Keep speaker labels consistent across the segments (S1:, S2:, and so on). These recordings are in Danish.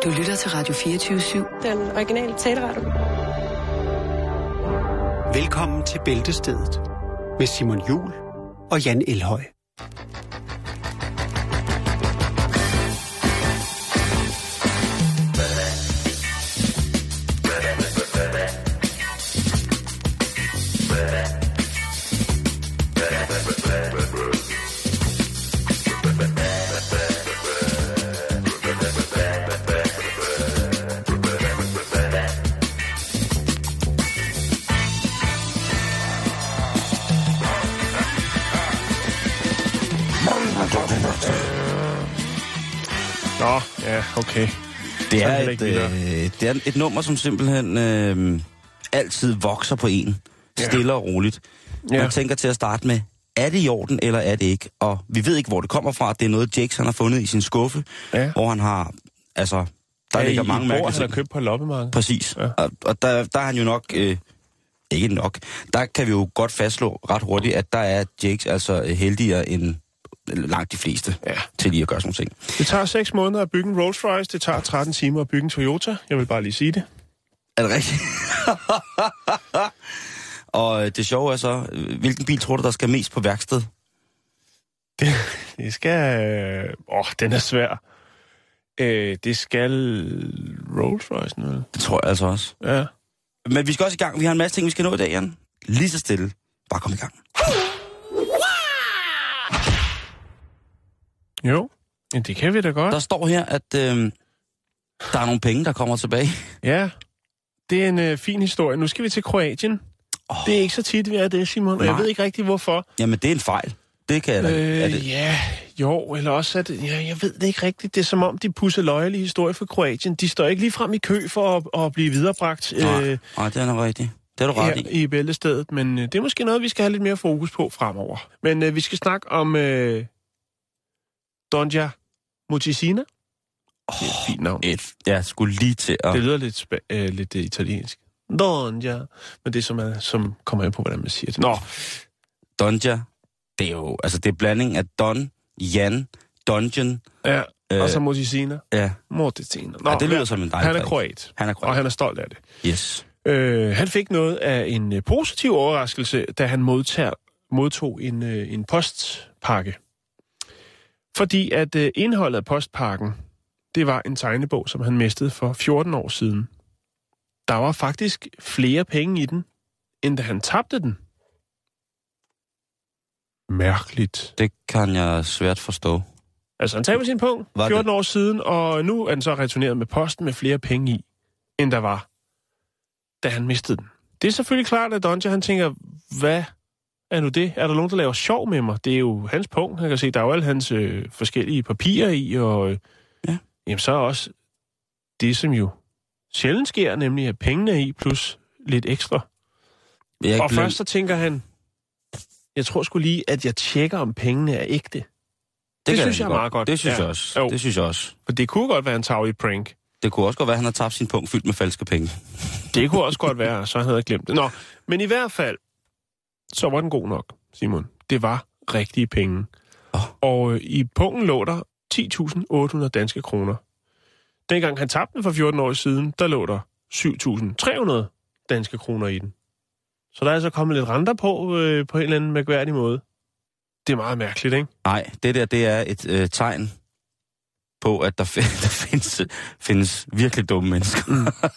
S1: Du lytter til Radio 24/7.
S2: Den originale taleradio.
S3: Velkommen til Bæltestedet med Simon Juhl og Jan Elhøj.
S4: Nå, ja, okay.
S5: Det er et nummer, som simpelthen altid vokser på en. Stille og roligt. Man tænker til at starte med, er det i orden, eller er det ikke? Og vi ved ikke, hvor det kommer fra. Det er noget, Jakes han har fundet i sin skuffe, hvor han har, altså, der ligger mange mærkelige ting.
S4: Han har købt på loppemarkedet.
S5: Præcis. Ja. Og der er han jo nok, ikke nok, der kan vi jo godt fastslå ret hurtigt, at der er Jakes altså heldigere end langt de fleste til lige at gøre sådan ting.
S4: Det tager 6 måneder at bygge en Rolls Royce. Det tager 13 timer at bygge en Toyota. Jeg vil bare lige sige det.
S5: Er det rigtigt? Og det sjove er så, hvilken bil tror du, der skal mest på værksted?
S4: Det skal... den er svær. Det skal Rolls Royce noget.
S5: Det tror jeg altså også.
S4: Ja.
S5: Men vi skal også i gang. Vi har en masse ting, vi skal nå i dag, Jan. Lige så stille. Bare kom i gang.
S4: Jo, det kan vi da godt.
S5: Der står her, at der er nogle penge, der kommer tilbage.
S4: Ja, det er en fin historie. Nu skal vi til Kroatien. Det er ikke så tit, vi er det, Simon. Og jeg ved ikke rigtig, hvorfor.
S5: Jamen, det er en fejl. Det kan jeg da.
S4: Ja, jo, eller også at... Ja, jeg ved det ikke rigtigt. Det er som om, de pusseløjelige historier for Kroatien. De står ikke lige frem i kø for at blive viderebragt.
S5: Nej, det er nok rigtigt. Det er du ret
S4: i Bæltestedet. Men det er måske noget, vi skal have lidt mere fokus på fremover. Men vi skal snakke om... Donja Mutisina. Det er et fint navn.
S5: Jeg skulle lige til at...
S4: Det lyder lidt italiensk. Donja. Men det er som kommer ind på, hvordan man siger det. Nå.
S5: Donja, det er jo... Altså, det er blanding af Don, Jan, Dungeon...
S4: Ja, og så Mutisina.
S5: Ja.
S4: Mutisina.
S5: Nå, det lyder som en dejlig.
S4: Han er kroat. Og han er stolt af det.
S5: Yes.
S4: Han fik noget af en positiv overraskelse, da han modtog en postpakke. Fordi at indholdet af postpakken, det var en tegnebog, som han mistede for 14 år siden. Der var faktisk flere penge i den, end da han tabte den. Mærkeligt.
S5: Det kan jeg svært forstå.
S4: Altså, han tabte sin punkt 14 år siden, og nu er han så returneret med posten med flere penge i, end der var, da han mistede den. Det er selvfølgelig klart, at Donja, han tænker, hvad er nu det? Er der nogen, der laver sjov med mig? Det er jo hans punkt. Han kan se, der er jo alle hans forskellige papirer i, og jamen, så er også det, som jo sjældent sker, nemlig at pengene er i, plus lidt ekstra. Først så tænker han, jeg tror sgu lige, at jeg tjekker, om pengene er ægte. Det synes jeg er meget godt.
S5: Det synes jeg også. Jo. Det synes jeg også.
S4: For det kunne godt være en tarvelig prank.
S5: Det kunne også godt være, at han har tabt sin punkt fyldt med falske penge.
S4: Det kunne også godt være, så han havde glemt det. Nå, men i hvert fald, så var den god nok, Simon. Det var rigtige penge. Og i punkten lå der 10.800 danske kroner. Dengang han tabte den for 14 år siden, der lå der 7.300 danske kroner i den. Så der er altså kommet lidt renter på en eller anden mærkværdig måde. Det er meget mærkeligt, ikke?
S5: Nej, det er et tegn på, at der findes virkelig dumme mennesker.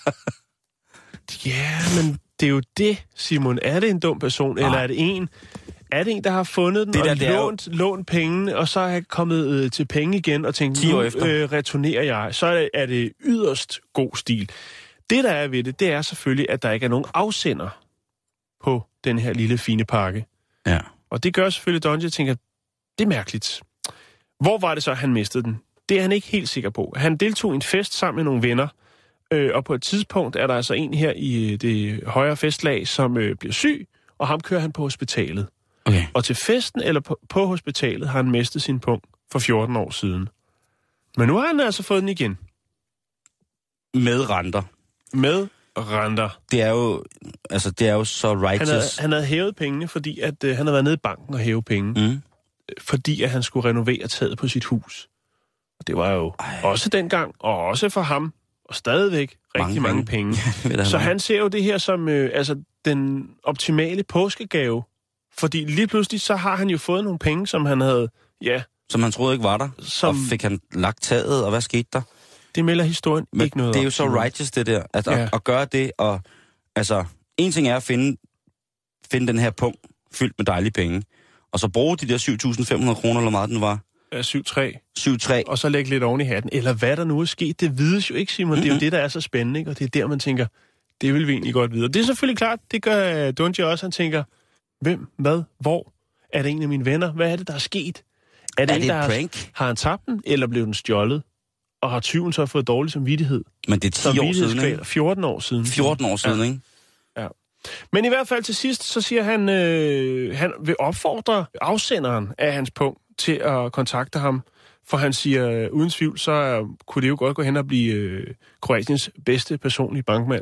S4: Ja, men det er jo det, Simon. Er det en dum person, eller er det en, der har fundet den og lånt pengene, og så er kommet til penge igen og tænkt, nu returnerer jeg, så er det yderst god stil. Det, der er ved det er selvfølgelig, at der ikke er nogen afsender på den her lille fine pakke.
S5: Ja.
S4: Og det gør selvfølgelig, at Donja tænker, det er mærkeligt. Hvor var det så, han mistede den? Det er han ikke helt sikker på. Han deltog i en fest sammen med nogle venner, og på et tidspunkt er der altså en her i det højre festlag, som bliver syg, og ham kører han på hospitalet.
S5: Okay.
S4: Og til festen eller på hospitalet har han mistet sin punkt for 14 år siden. Men nu har han altså fået den igen.
S5: Med renter.
S4: Med renter.
S5: Det er jo så righteous.
S4: Han havde hævet pengene, fordi at, han havde været nede i banken og hævet penge. Fordi at han skulle renovere taget på sit hus. Det var jo også dengang, og også for ham, og stadigvæk rigtig mange penge. Så han ser jo det her som den optimale påskegave. Fordi lige pludselig, så har han jo fået nogle penge, som han havde,
S5: som han troede ikke var der, og fik han lagt taget, og hvad skete der?
S4: Det melder historien
S5: men
S4: ikke noget
S5: det er jo så righteous, det der, at gøre det, og altså, en ting er at finde den her punkt fyldt med dejlige penge, og så bruge de der 7.500 kroner, eller meget den var.
S4: 7,3. Og så lægge lidt oven i hatten. Eller hvad der nu er sket, det vides jo ikke, Simon. Det er jo det, der er så spændende, ikke? Og det er der, man tænker, det vil vi egentlig godt vide. Og det er selvfølgelig klart, det gør Dungy også. Han tænker, hvem, hvad, hvor? Er det en af mine venner? Hvad er det, der er sket? Er det en, der har han tabt den, eller blev den stjålet? Og har tyven så fået dårlig samvittighed?
S5: Men det er 10 år siden, ikke?
S4: 14 år siden.
S5: 14 år siden, ikke?
S4: Ja. Men i hvert fald til sidst, så siger han, han vil opfordre afsenderen af hans punkt til at kontakte ham. For han siger, uden tvivl, så kunne det jo godt gå hen og blive Kroatiens bedste personlige bankmand.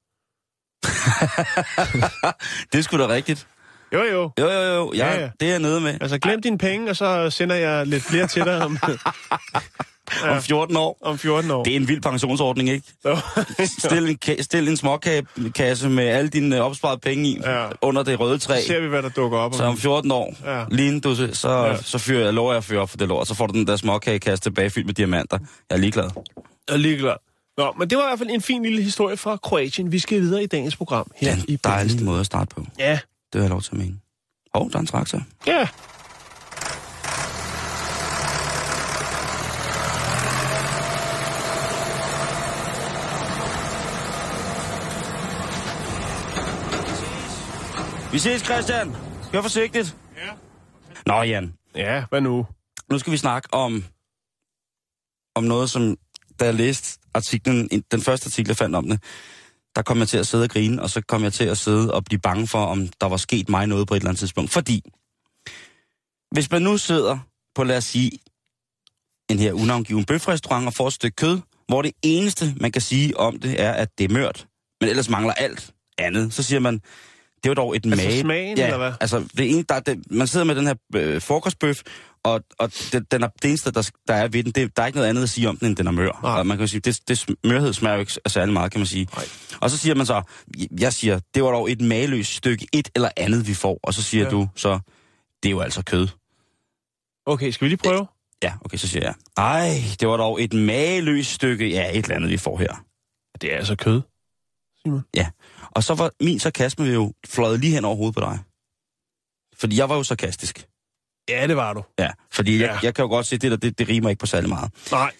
S5: Det er sgu da rigtigt.
S4: Jo.
S5: Ja. Det er jeg nede med.
S4: Altså, glem dine penge, og så sender jeg lidt flere til dig om...
S5: om 14 år.
S4: Om 14 år.
S5: Det er en vild pensionsordning, ikke? Stil en småkasse med alle dine opsparede penge i, under det røde træ.
S4: Så ser vi, hvad der dukker op.
S5: Så om 14 år, lige du så lover jeg at fyre op for det lort. Så får du den der småkagekasse tilbage fyldt med diamanter. Jeg er ligeglad. Nå, men det var i hvert fald en fin lille historie fra Kroatien. Vi skal videre i dagens program. Her det er en dejlig måde at starte på.
S4: Ja.
S5: Det har jeg lov til at mene. Der er en traktor.
S4: Ja.
S5: Vi ses, Christian. Kør forsigtigt.
S4: Ja.
S5: Nå, Jan.
S4: Ja, hvad nu?
S5: Nu skal vi snakke om noget, som da jeg læste artiklen, den første artikel, jeg fandt om det, der kom jeg til at sidde og grine, og så kom jeg til at sidde og blive bange for, om der var sket mig noget på et eller andet tidspunkt. Fordi, hvis man nu sidder på, lad os sige, en her unavngiven bøfrestaurant og får et stykke kød, hvor det eneste, man kan sige om det, er, at det er mørt, men ellers mangler alt andet, så siger man, det er jo dog et mage.
S4: Smagen, eller hvad?
S5: Altså, man sidder med den her frokostbøf, og det eneste, der er ved den, der er ikke noget andet at sige om den, end den er mør. Og man kan sige, det mørhed smager jo ikke særlig meget, kan man sige. Nej. Og så siger man så, jeg siger, det var dog et mageløst stykke, et eller andet, vi får. Og så siger du så, det er jo altså kød.
S4: Okay, skal vi lige prøve?
S5: Ja, okay, så siger jeg, det var dog et mageløst stykke, et eller andet, vi får her.
S4: Det er altså kød, Simon.
S5: Ja, og så var min sarkasme jo fløjet lige hen over hovedet på dig. Fordi jeg var jo sarkastisk.
S4: Ja, det var du.
S5: Ja, fordi jeg kan jo godt se, det rimer ikke på særlig meget.
S4: Nej.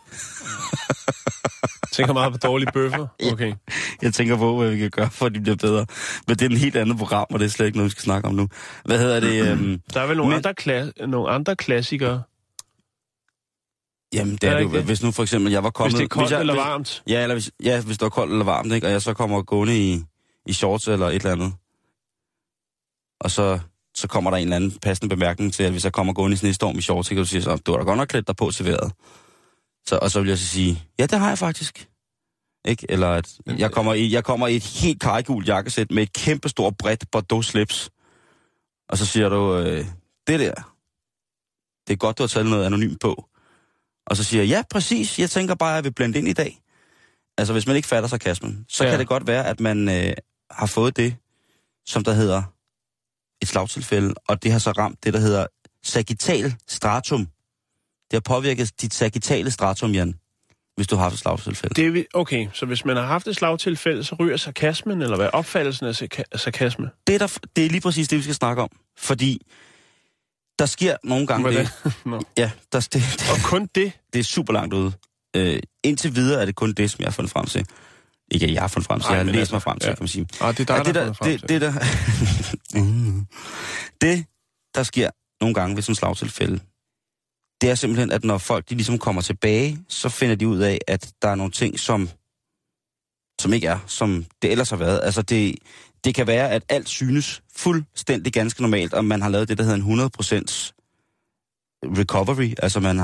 S4: Tænker meget på dårlige bøffer? Okay.
S5: Jeg tænker på, hvad vi kan gøre, for at de bliver bedre. Men det er et helt andet program, og det er slet ikke noget, vi skal snakke om nu. Hvad hedder det?
S4: Der er vel nogle andre klassikere?
S5: Jamen, det er det jo. Hvis nu for eksempel, jeg var kommet...
S4: Hvis det er koldt eller varmt?
S5: Ja, hvis det var koldt eller varmt, ikke? Og jeg så kommer gående i shorts eller et eller andet. Og så kommer der en eller anden passende bemærkning til, at hvis jeg kommer gående i snestorm i shorts, så kan du sige, så du har da godt nok klædt dig på til vejret. Og så vil jeg så sige, ja, det har jeg faktisk. Ikke? Eller at jeg kommer i et helt karregult jakkesæt med et kæmpe stort bredt Bordeaux slips. Og så siger du, det er godt, du har taget noget anonymt på. Og så siger jeg, ja, præcis, jeg tænker bare, at jeg vil blende ind i dag. Altså, hvis man ikke fatter sarkasmen, så kan det godt være, at man har fået det, som der hedder et slagtilfælde, og det har så ramt det, der hedder sagittal stratum. Det har påvirket dit sagittale stratum, Jan, hvis du har haft et slagtilfælde.
S4: Okay, så hvis man har haft et slagtilfælde, så ryger sarkasmen, eller hvad? Opfattelsen af sarkasme?
S5: Det er lige præcis det, vi skal snakke om. Fordi der sker nogle gange det. Ja,
S4: og kun det?
S5: Det er super langt ude. Indtil videre er det kun det, som jeg har fundet frem til. Ikke at jeg har fundet frem til, jeg har læst mig frem til, kan man sige.
S4: Det er dig, der har fundet frem til.
S5: Det, der sker nogle gange ved sådan et slagtilfælde, det er simpelthen, at når folk de ligesom kommer tilbage, så finder de ud af, at der er nogle ting, som ikke er, som det ellers har været. Altså det kan være, at alt synes fuldstændig ganske normalt, og man har lavet det, der hedder en 100% recovery. Altså man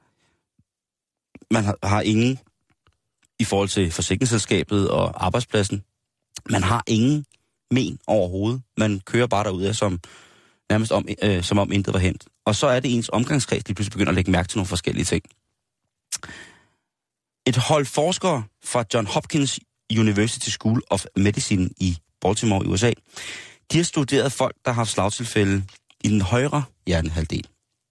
S5: har ingen, i forhold til forsikringsselskabet og arbejdspladsen, man har ingen men overhovedet. Man kører bare derudad som om intet var hent. Og så er det ens omgangskreds, de pludselig begynder at lægge mærke til nogle forskellige ting. Et hold forskere fra John Hopkins University School of Medicine i Baltimore i USA, de har studeret folk, der har haft slagtilfælde i den højre hjernehalvdel.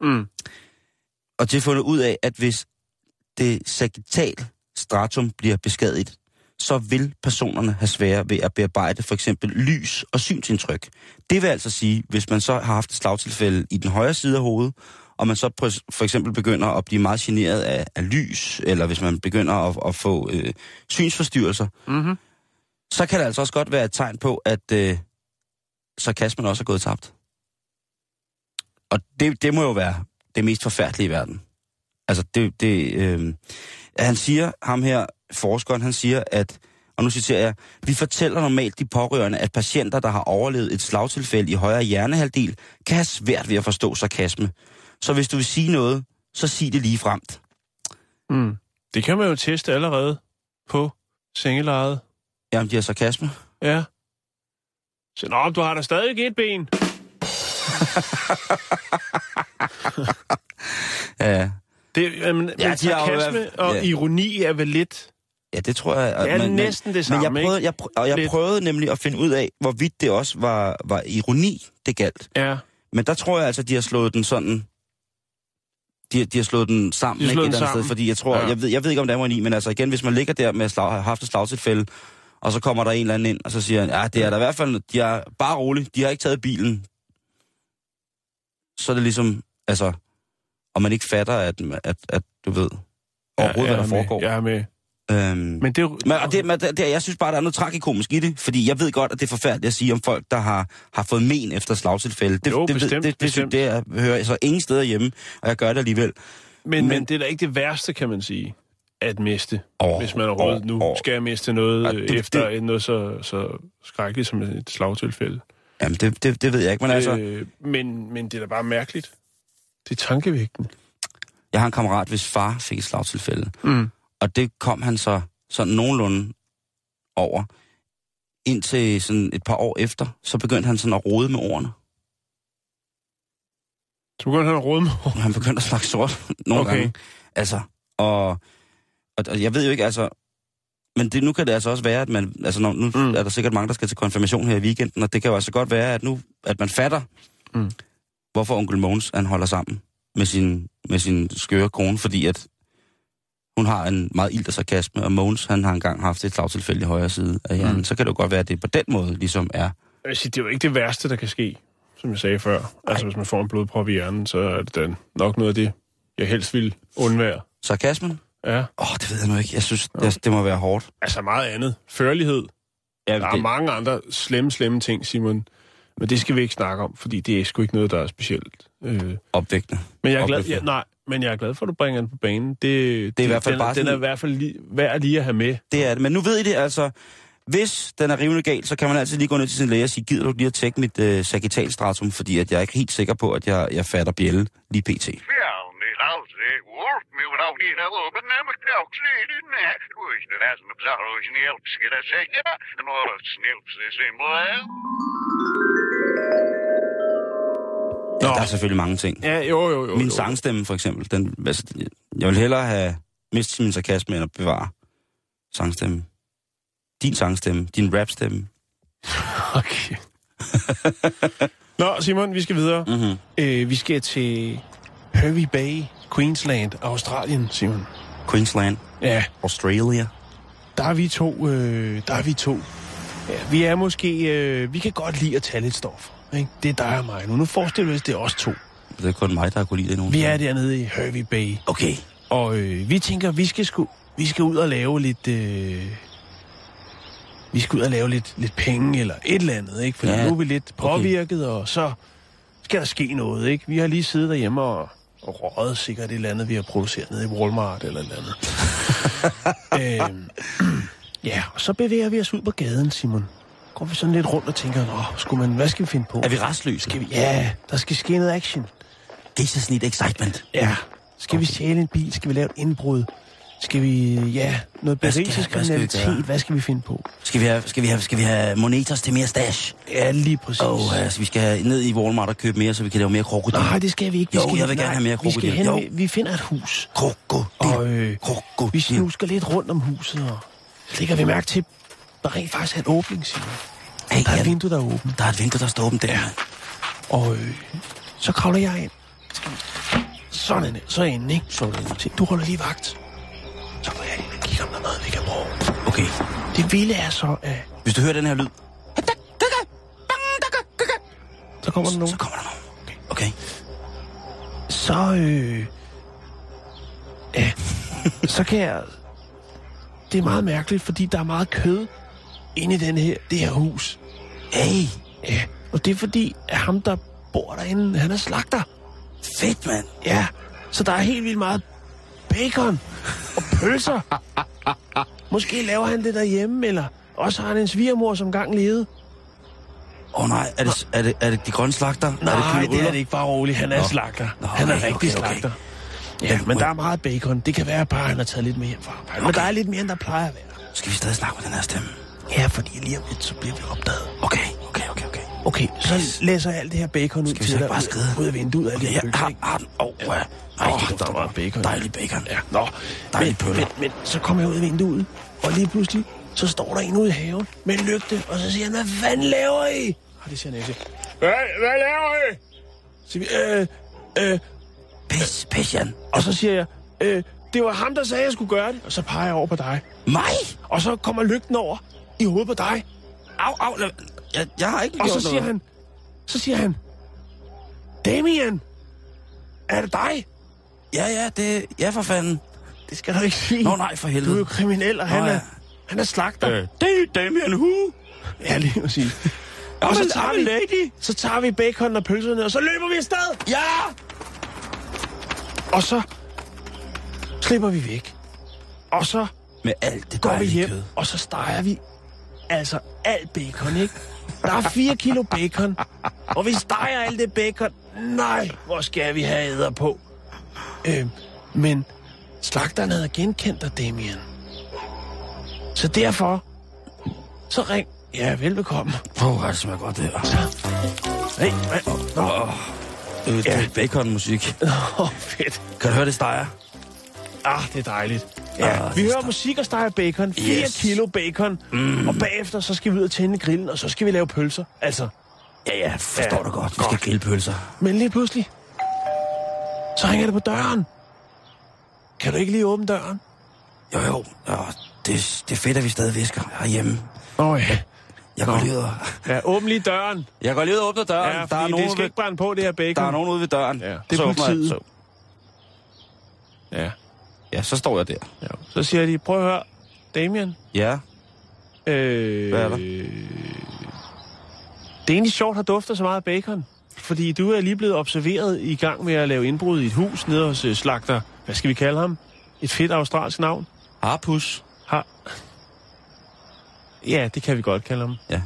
S5: Og de har fundet ud af, at hvis det sagittal stratum bliver beskadiget, så vil personerne have svære ved at bearbejde for eksempel lys og synsindtryk. Det vil altså sige, hvis man så har haft et slagtilfælde i den højre side af hovedet, og man så for eksempel begynder at blive meget generet af lys, eller hvis man begynder at få synsforstyrrelser, så kan det altså også godt være et tegn på, at sarkasmen også er gået tabt. Og det må jo være det mest forfærdelige i verden. Altså, han siger, ham her, forskeren, han siger, at, og nu citerer jeg, vi fortæller normalt de pårørende, at patienter, der har overlevet et slagtilfælde i højre hjernehalvdel, kan have svært ved at forstå sarkasme. Så hvis du vil sige noget, så sig det lige fremt.
S4: Det kan man jo teste allerede på sengelejet.
S5: Jamen, de har sarkasme.
S4: Ja. Så, nå, du har da stadig et ben.
S5: Ja.
S4: Men sarkasme og ironi er vel lidt...
S5: Ja, det tror jeg.
S4: Det er næsten det samme,
S5: men jeg prøvede nemlig at finde ud af, hvorvidt det også var ironi, det galt.
S4: Ja.
S5: Men der tror jeg altså, de har slået den sådan... De har slået den sammen, ikke et eller andet sted, fordi jeg tror... Ja. Jeg ved ikke, om der var ironi, men altså igen, hvis man ligger der med at have haft et slagtilfælde, og så kommer der en eller anden ind, og så siger han, ja, det er der i hvert fald... De er bare roligt, de har ikke taget bilen. Så er det ligesom... Altså... Og man ikke fatter, at du ved overhovedet, hvad der foregår.
S4: Jeg er med. Men
S5: jeg synes bare, der er noget tragikomisk i det, fordi jeg ved godt, at det er forfærdeligt at sige om folk, der har fået men efter slagtilfælde. Det hører jeg så ingen steder hjemme, og jeg gør det alligevel.
S4: Men det er da ikke det værste, kan man sige, at miste. Hvis man overhovedet nu skal jeg miste noget efter noget så skrækkeligt som et slagtilfælde.
S5: Jamen, det ved jeg ikke, men altså...
S4: Men det er da bare mærkeligt. Det er tankevægtende.
S5: Jeg har en kammerat, hvis far fik et slagtilfælde. Og det kom han så sådan nogenlunde over. Indtil sådan et par år efter, så begyndte han sådan at rode med ordene.
S4: Så begyndte han at rode med ordene?
S5: Han begyndte at snakke sort nogle gange. Altså, og jeg ved jo ikke, altså... Men nu kan det altså også være, at man... Altså, nu er der sikkert mange, der skal til konfirmation her i weekenden, og det kan jo altså godt være, at man fatter... hvorfor onkel Mogens, han holder sammen med sin skøre kone, fordi at hun har en meget ild af sarkasme, og Mogens, han har engang haft et slagtilfælde i højre side af hjernen. Så kan det jo godt være, at det på den måde ligesom er...
S4: Jeg vil sige, det er jo ikke det værste, der kan ske, som jeg sagde før. Altså, hvis man får en blodprop i hjernen, så er det nok noget af det, jeg helst vil undvære.
S5: Sarkasmen?
S4: Ja.
S5: Det ved jeg nu ikke. Jeg synes, det må være hårdt.
S4: Altså meget andet. Førlighed. Ja, der er mange andre slemme ting, Simon. Men det skal vi ikke snakke om, fordi det er sgu ikke noget, der er specielt
S5: opvægtende.
S4: Men jeg er glad, men jeg er glad for, at du bringer den på banen. Det er i hvert fald bare den er i hvert fald værd lige at have med.
S5: Det er det. Men nu ved I det altså. Hvis den er rivende galt, så kan man altid lige gå ned til sin læge og sige, gider du lige at tjekke mit sagittalstratum, fordi at jeg er ikke helt sikker på, at jeg fatter bjælle lige pt. Ja, der er selvfølgelig mange ting.
S4: Ja, jo.
S5: Min sangstemme, for eksempel. Jeg vil hellere have mistet min sarkasme, end at bevare sangstemme. Din sangstemme. Din rapstemme.
S4: Okay. Nå, Simon, vi skal videre. Vi skal til Hervey Bay, Queensland, Australien, Simon.
S5: Queensland?
S4: Ja.
S5: Australia?
S4: Der er vi to. Ja, vi er måske... vi kan godt lide at tage lidt stof. Ikke? Det er dig og mig nu. Nu forestiller vi os, det er os to.
S5: Det er kun mig, der har kunnet lide det nogen.
S4: Vi er dernede i Hervey Bay.
S5: Okay.
S4: Og vi tænker, vi skal ud og lave lidt... vi skal ud og lave lidt penge eller et eller andet, ikke? For nu er vi lidt påvirket, og så skal der ske noget, ikke? Vi har lige siddet derhjemme og røget sikkert et eller andet, vi har produceret nede i Walmart eller et eller andet. Ja, og så bevæger vi os ud på gaden, Simon. Går vi sådan lidt rundt og tænker, hvad skal vi finde på?
S5: Er vi restløse?
S4: Ja, der skal ske noget action.
S5: This is need excitement.
S4: Ja. Skal vi stjæle en bil? Skal vi lave et indbrud? Skal vi, noget berigelseskriminalitet. Hvad skal vi finde på?
S5: Skal vi have monetos til mere stash?
S4: Ja, lige præcis.
S5: Altså, vi skal have ned i Walmart og købe mere, så vi kan lave mere krokodil.
S4: Nej, det skal vi ikke.
S5: Jeg vil gerne have mere krokodil.
S4: Vi finder et hus.
S5: Krokodil.
S4: Vi snusker lidt rundt om huset, og så lægger vi mærke til, der rent faktisk er en åbning, Simon.
S5: Hey,
S4: der er et vindue, der er åbent.
S5: Der er et vindue, der står åbent der.
S4: Og så kravler jeg ind. Sådan, så inde, ikke? Se, du holder lige vagt. Så går jeg ind og kigger, om der er noget, vi kan bruge.
S5: Okay.
S4: Det vilde er så, at...
S5: Hvis du hører den her lyd...
S4: Så kommer der nogen.
S5: Okay.
S4: Så kan jeg... Det er meget mærkeligt, fordi der er meget kød inde i det her hus.
S5: Hey.
S4: Ja, og det er fordi, at ham, der bor derinde, han er slagter.
S5: Fedt, mand.
S4: Ja, så der er helt vildt meget bacon og pølser. Måske laver han det derhjemme, eller også har han en svigermor, som gang levede.
S5: Nej, er det de grønne slagter?
S4: Nej, det er det ikke, bare roligt. Han er slagter. Han er rigtig slagter. Ja, men der er meget bacon. Det kan være, at bare han har taget lidt mere fra arbejde. Men der er lidt mere, end der plejer at være.
S5: Skal vi stadig snakke med den her stemme?
S4: Ja, fordi lige om lidt, så bliver vi opdaget.
S5: Okay.
S4: Okay, så læser jeg alt det her bacon ud til dig ud af vinduet.
S5: Okay, der
S4: var bacon.
S5: Dejlig bacon.
S4: Ja, nå.
S5: Dejlig pøller.
S4: Men så kommer jeg ud af vinduet, og lige pludselig, så står der en ude i haven med en lygte, og så siger han, hvad fanden laver I? Og det siger han, hvad laver I? Så vi,
S5: Pis, Jan.
S4: Og så siger jeg, det var ham, der sagde, at jeg skulle gøre det, og så peger jeg over på dig.
S5: Mig?
S4: Og så kommer lygten over i hovedet på dig.
S5: Au, jeg har ikke gjort noget.
S4: Og så siger han, Damien, er det dig?
S5: Ja, for fanden.
S4: Det skal du ikke sige.
S5: Nå nej, for helvede.
S4: Du er jo kriminel, og han er slagter.
S5: Det er Damien Hu.
S4: Ja, lige at sige. Og så tager vi bacon og pølserne, og så løber vi afsted.
S5: Ja!
S4: Og så slipper vi væk. Og så
S5: med alt det
S4: går vi hjem,
S5: kød.
S4: og så steger vi altså alt bacon, ikke? Der er 4 kilo bacon, og vi steger alt det bacon. Nej, hvor skal vi have æder på? Men slagteren havde genkendt dig, Damien. Så derfor, så ring. Ja, velbekomme.
S5: Det smager godt, det her.
S4: Hey,
S5: Det er baconmusik.
S4: Fedt.
S5: Kan du høre, det steger?
S4: Det er dejligt. Ja, vi hører musik og steger bacon. 4 kilo bacon. Og bagefter, så skal vi ud og tænde grillen, og så skal vi lave pølser. Altså.
S5: Ja, forstår du godt. Vi skal grille pølser.
S4: Men lige pludselig, så ringer det på døren. Kan du ikke lige åbne døren?
S5: Jo. Det er fedt, at vi stadig visker herhjemme.
S4: Ja.
S5: Jeg går lige ud og...
S4: Ja, åbn lige døren.
S5: Jeg går lige ud og åbner døren.
S4: Ja, der er nogen, det skal ikke brænde på, det her bacon.
S5: Der er nogen ude ved døren.
S4: Ja, det er politiet.
S5: Ja, så står jeg der.
S4: Ja. Så siger de, prøv at høre, Damien.
S5: Ja? Hvad er der?
S4: Det er egentlig sjovt, at dufter så meget af bacon. Fordi du er lige blevet observeret i gang med at lave indbrud i et hus nede hos slagter. Hvad skal vi kalde ham? Et fedt australsk navn?
S5: Harpus.
S4: Ja, det kan vi godt kalde ham.
S5: Ja.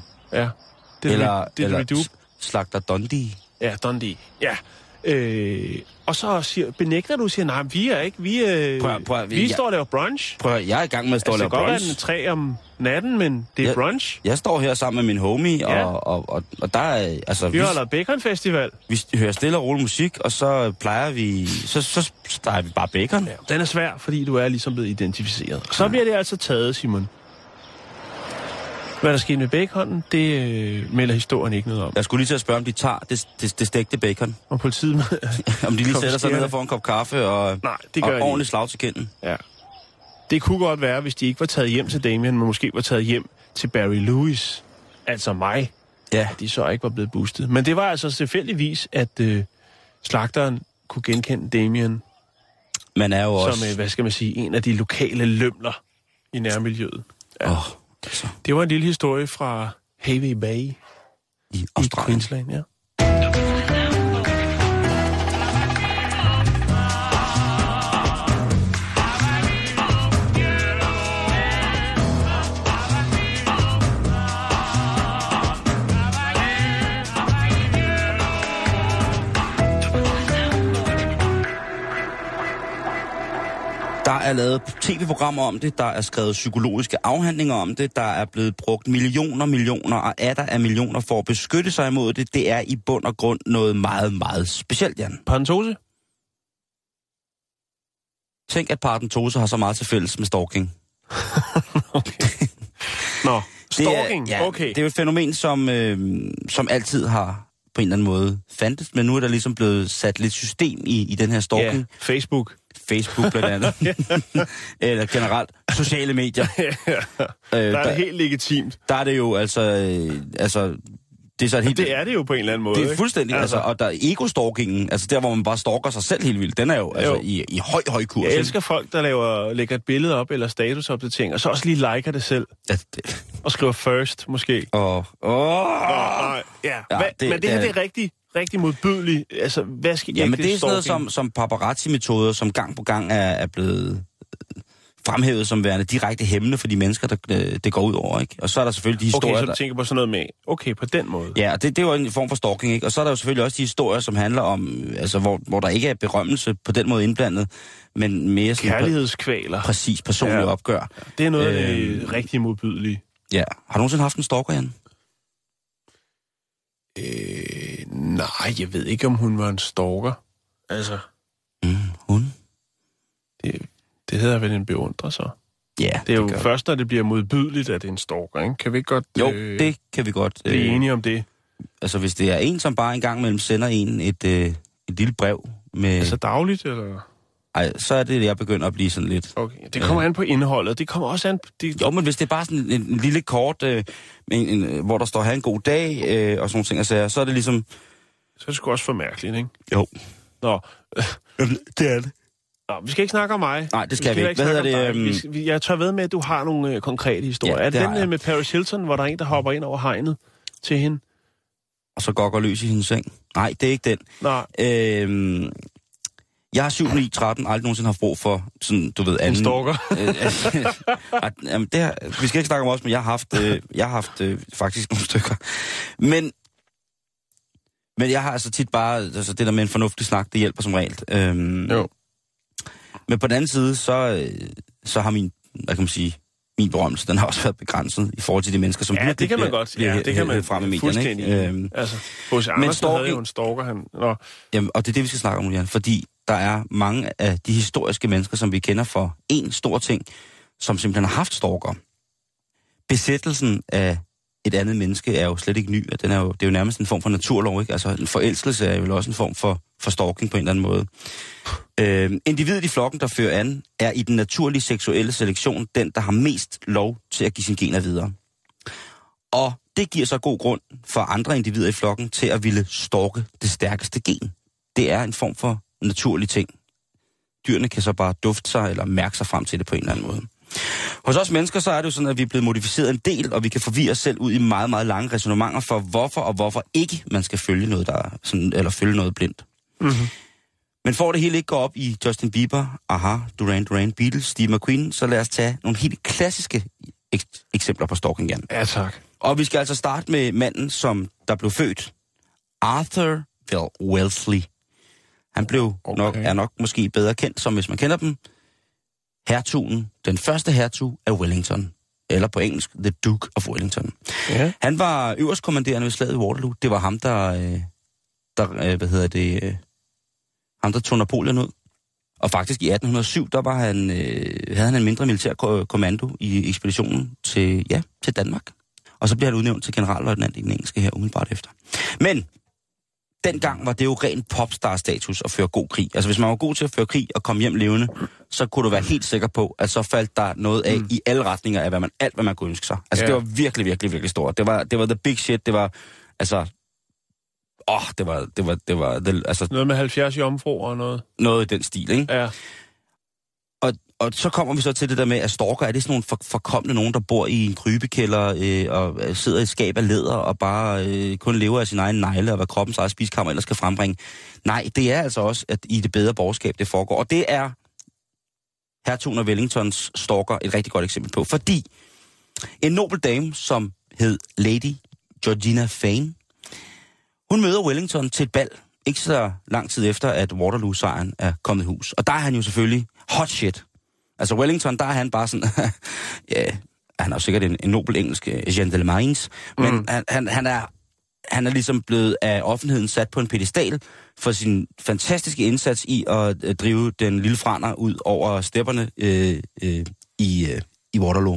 S4: Eller
S5: slagter Dundee.
S4: Ja, Dundee. Ja. Og så benægter du og siger, nej, vi er ikke. Vi står og laver brunch.
S5: Jeg er i gang med at stå og lave brunch.
S4: Det kan godt være 3 om natten, men det er brunch.
S5: Jeg står her sammen med min homie, og der er... Altså,
S4: vi holder baconfestival.
S5: Vi hører stille og rolig musik, og så plejer vi... Så steger vi bare bacon.
S4: Ja, den er svær, fordi du er ligesom blevet identificeret. Så bliver det altså taget, Simon. Hvad der skete med baconen, det melder historien ikke noget om.
S5: Jeg skulle lige til at spørge, om de tager det stegte bacon.
S4: Og politiet...
S5: om de lige sætter sig ned og får en kop kaffe og,
S4: det gør
S5: og ordentligt slag til kinden.
S4: Ja. Det kunne godt være, hvis de ikke var taget hjem til Damien, men måske var taget hjem til Barry Lewis, altså mig, at de så ikke var blevet boostet. Men det var altså tilfældigvis, at slagteren kunne genkende Damien.
S5: Man er jo
S4: som,
S5: også...
S4: hvad skal man sige, en af de lokale lømler i nærmiljøet. Ja.
S5: Altså.
S4: Det var en lille historie fra Hervey Bay
S5: i
S4: Queensland, ja.
S5: Der er lavet tv-programmer om det, der er skrevet psykologiske afhandlinger om det, der er blevet brugt millioner og atter af millioner for at beskytte sig imod det. Det er i bund og grund noget meget, meget specielt, Jan.
S4: Paradentose?
S5: Tænk, at paradentose har så meget til fælles med stalking.
S4: Okay. Nå, stalking, okay.
S5: Det er jo et fænomen, som altid har på en eller anden måde fandtes, men nu er der ligesom blevet sat lidt system i den her stalking.
S4: Ja, Facebook
S5: blandt andet. Eller generelt sociale medier.
S4: Der er det helt legitimt.
S5: Der er det jo altså det er så helt...
S4: Det er det jo på en eller anden måde.
S5: Det er fuldstændig, altså, og der er ego-stalkingen, altså der, hvor man bare stalker sig selv helt vildt, den er jo altså i høj kurs.
S4: Jeg elsker folk, der lægger et billede op, eller statusopdatering, og så også lige liker det selv. Ja, det... Og skriver first, måske.
S5: Ja.
S4: Men det her, det er rigtig modbydeligt. Altså, hvad skal
S5: men det er sådan noget som paparazzi-metoder, som gang på gang er blevet fremhævet som værende direkte hæmmende for de mennesker, det går ud over, ikke? Og så er der selvfølgelig de historier,
S4: så du tænker på sådan noget med, okay, på den måde.
S5: Ja, det er jo en form for stalking, ikke? Og så er der jo selvfølgelig også de historier, som handler om, altså, hvor der ikke er berømmelse på den måde indblandet, men mere sådan...
S4: Kærlighedskvaler.
S5: Præcis, personlige opgør.
S4: Det er noget af det rigtig modbydelige.
S5: Ja. Har du nogensinde haft en stalker, Jan?
S4: Nej, jeg ved ikke, om hun var en stalker. Altså...
S5: Hun?
S4: Det hedder vel en beundrer, så.
S5: Ja,
S4: det er jo først, når det bliver modbydeligt, at det er en stalker, ikke? Kan vi ikke godt...
S5: Jo, det kan vi godt.
S4: Blive enige om det.
S5: Altså, hvis det er en, som bare en gang imellem sender en et lille brev med...
S4: Altså dagligt, eller...?
S5: Ej, så er det, jeg begynder at blive sådan lidt...
S4: Okay, det kommer an på indholdet. Det kommer også an på...
S5: Jo, men hvis det er bare sådan en lille kort, hvor der står, have en god dag, og sådan nogle ting, så er det ligesom...
S4: Så er det sgu også for mærkeligt, ikke?
S5: Jo.
S4: Nå.
S5: Det er det.
S4: Nå, vi skal ikke snakke om mig.
S5: Nej, det skal vi ikke. Hvad hedder
S4: det? Jeg tør ved med, at du har nogle konkrete historier. Ja, er det den med Paris Hilton, hvor der er en, der hopper ind over hegnet til hende?
S5: Og så gokker løs i hendes seng? Nej, det er ikke den.
S4: Nej.
S5: Jeg har 7, 9, 13 aldrig nogensinde haft brug for sådan, du ved, anden...
S4: En stalker.
S5: Vi skal ikke snakke om os, men jeg har haft faktisk nogle stykker. Men jeg har altså tit bare... Altså det der med en fornuftig snak, det hjælper som regel.
S4: Jo.
S5: Men på den anden side, så har min berømmelse, den har også været begrænset i forhold til de mennesker, som
S4: det kan man godt. Ja, det kan man
S5: frem i medierne, ikke?
S4: Altså, H.C. Andersen havde jo en stalker,
S5: Jamen, og det er det, vi skal snakke om, Jan, fordi der er mange af de historiske mennesker, som vi kender for en stor ting, som simpelthen har haft stalker. Besættelsen af et andet menneske er jo slet ikke ny, og det er jo nærmest en form for naturlov, ikke? Altså, en forelskelse er jo også en form for stalking på en eller anden måde. Individet i flokken, der fører an, er i den naturlige seksuelle selektion den, der har mest lov til at give sine gener videre. Og det giver så god grund for andre individer i flokken til at ville stalke det stærkeste gen. Det er en form for naturlig ting. Dyrene kan så bare dufte sig eller mærke sig frem til det på en eller anden måde. Hos os mennesker, så er det jo sådan, at vi er blevet modificeret en del, og vi kan forvirre os selv ud i meget, meget lange ræsonnementer for, hvorfor ikke man skal følge noget, eller følge noget blindt. Mm-hmm. Men for det hele ikke går op i Justin Bieber, Aha, Duran Duran, Beatles, Steve McQueen, så lad os tage nogle helt klassiske eksempler på stalking, Jan.
S4: Ja, tak.
S5: Og vi skal altså starte med manden, der blev født. Arthur Wellesley. Han er nok måske bedre kendt, som hvis man kender dem, hertugen, den første hertug af Wellington. Eller på engelsk, The Duke of Wellington. Ja. Han var øverstkommanderende ved slaget i Waterloo. Det var ham, ham, der tog Napoleon ud. Og faktisk i 1807, der var havde han en mindre militær kommando i ekspeditionen til Danmark. Og så blev han udnævnt til generalløjtnant i den engelske her umiddelbart efter. Men dengang var det jo ren popstar-status at føre god krig. Altså hvis man var god til at føre krig og komme hjem levende, så kunne du være helt sikker på, at så faldt der noget af i alle retninger af, alt hvad man kunne ønske sig. Altså det var virkelig, virkelig, virkelig stort. Det var the big shit. Det var, altså... altså...
S4: Noget med 70 jomfruer og noget?
S5: Noget i den stil, ikke?
S4: Ja.
S5: Og så kommer vi så til det der med, at stalker, er det sådan nogle forkomne nogen, der bor i en krybekælder og sidder i et skab af læder og bare kun lever af sin egen negle og hvad kroppens eget spiskammer ellers skal frembringe. Nej, det er altså også, at i det bedre borgerskab, det foregår. Og det er hertugen af Wellingtons stalker et rigtig godt eksempel på. Fordi en nobel dame, som hed Lady Georgina Fane, hun møder Wellington til et bal, ikke så lang tid efter, at Waterloo-sejren er kommet i hus. Og der er han jo selvfølgelig hot shit. Altså Wellington, der er han bare sådan... ja, han er jo sikkert en nobel engelsk gentleman, men han er ligesom blevet af offentligheden sat på en pedestal for sin fantastiske indsats i at drive den lille franer ud over stepperne i Waterloo.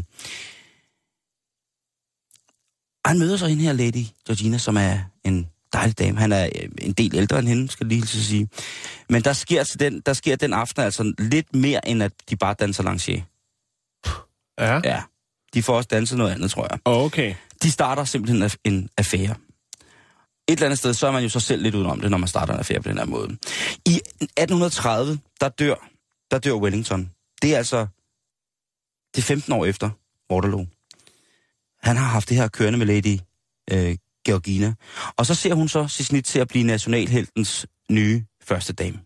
S5: Og han møder så hende her Lady Georgina, som er en dejlig dame. Han er en del ældre end hende, skal jeg lige sige. Men der sker den aften altså lidt mere, end at de bare danser lancier.
S4: Ja?
S5: Ja. De får også danset noget andet, tror jeg.
S4: Okay.
S5: De starter simpelthen en affære. Et eller andet sted, så er man jo så selv lidt udenom det, når man starter en affære på den her måde. I 1830, der dør Wellington. Det er altså 15 år efter Waterloo. Han har haft det her kørende med Lady Georgina. Og så ser hun så sit snit til at blive nationalheltens nye første dame.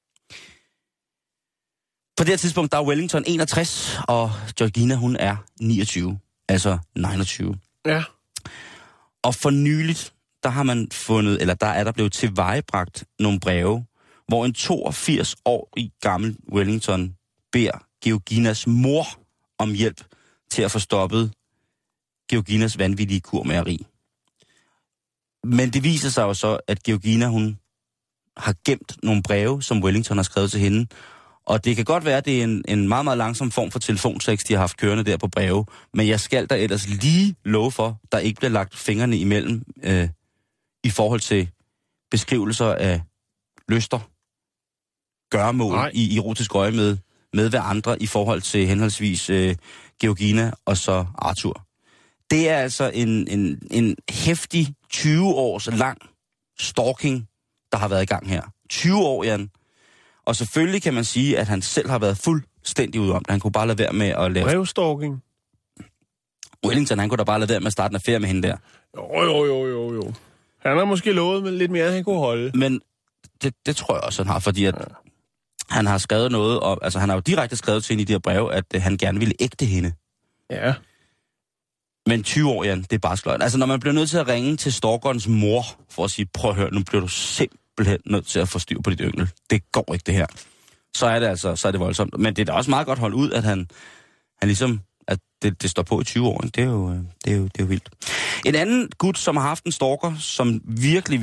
S5: På det her tidspunkt, der er Wellington 61, og Georgina, hun er 29. Altså 29.
S4: Ja.
S5: Og for nyligt, der har man fundet, eller der er der blevet tilvejebragt nogle breve, hvor en 82-årig gammel Wellington beder Georginas mor om hjælp til at få stoppet Georginas vanvittige kurmageri. Men det viser sig jo så, at Georgina, hun har gemt nogle breve, som Wellington har skrevet til hende. Og det kan godt være, at det er en meget, meget langsom form for telefonsex, de har haft kørende der på breve. Men jeg skal der ellers lige love for, der ikke bliver lagt fingrene imellem i forhold til beskrivelser af lyster, gøremål i erotisk øje med hver andre i forhold til henholdsvis Georgina og så Arthur. Det er altså en heftig 20 års lang stalking, der har været i gang her. 20 år, Jan. Og selvfølgelig kan man sige, at han selv har været fuldstændig ude om det. Han kunne bare lade være med at lave...
S4: Brevstalking?
S5: Wellington, han kunne da bare lade være med at starte en affære med hende der.
S4: Jo. Han har måske lovet med lidt mere, end han kunne holde.
S5: Men det tror jeg også, han har, fordi at han har skrevet noget om... Altså, han har jo direkte skrevet til hende i de her breve, at han gerne ville ægte hende.
S4: Ja.
S5: Men 20 år, Jan, det er bare sløjt. Altså, når man bliver nødt til at ringe til stalkerens mor, for at sige, prøv at høre, nu bliver du simpelthen nødt til at få styr på dit yngel. Det går ikke, det her. Så er det altså, så er det voldsomt. Men det er da også meget godt holdt ud, at han ligesom, at det står på i 20 år. Det er jo vildt. En anden gut, som har haft en stalker, som virkelig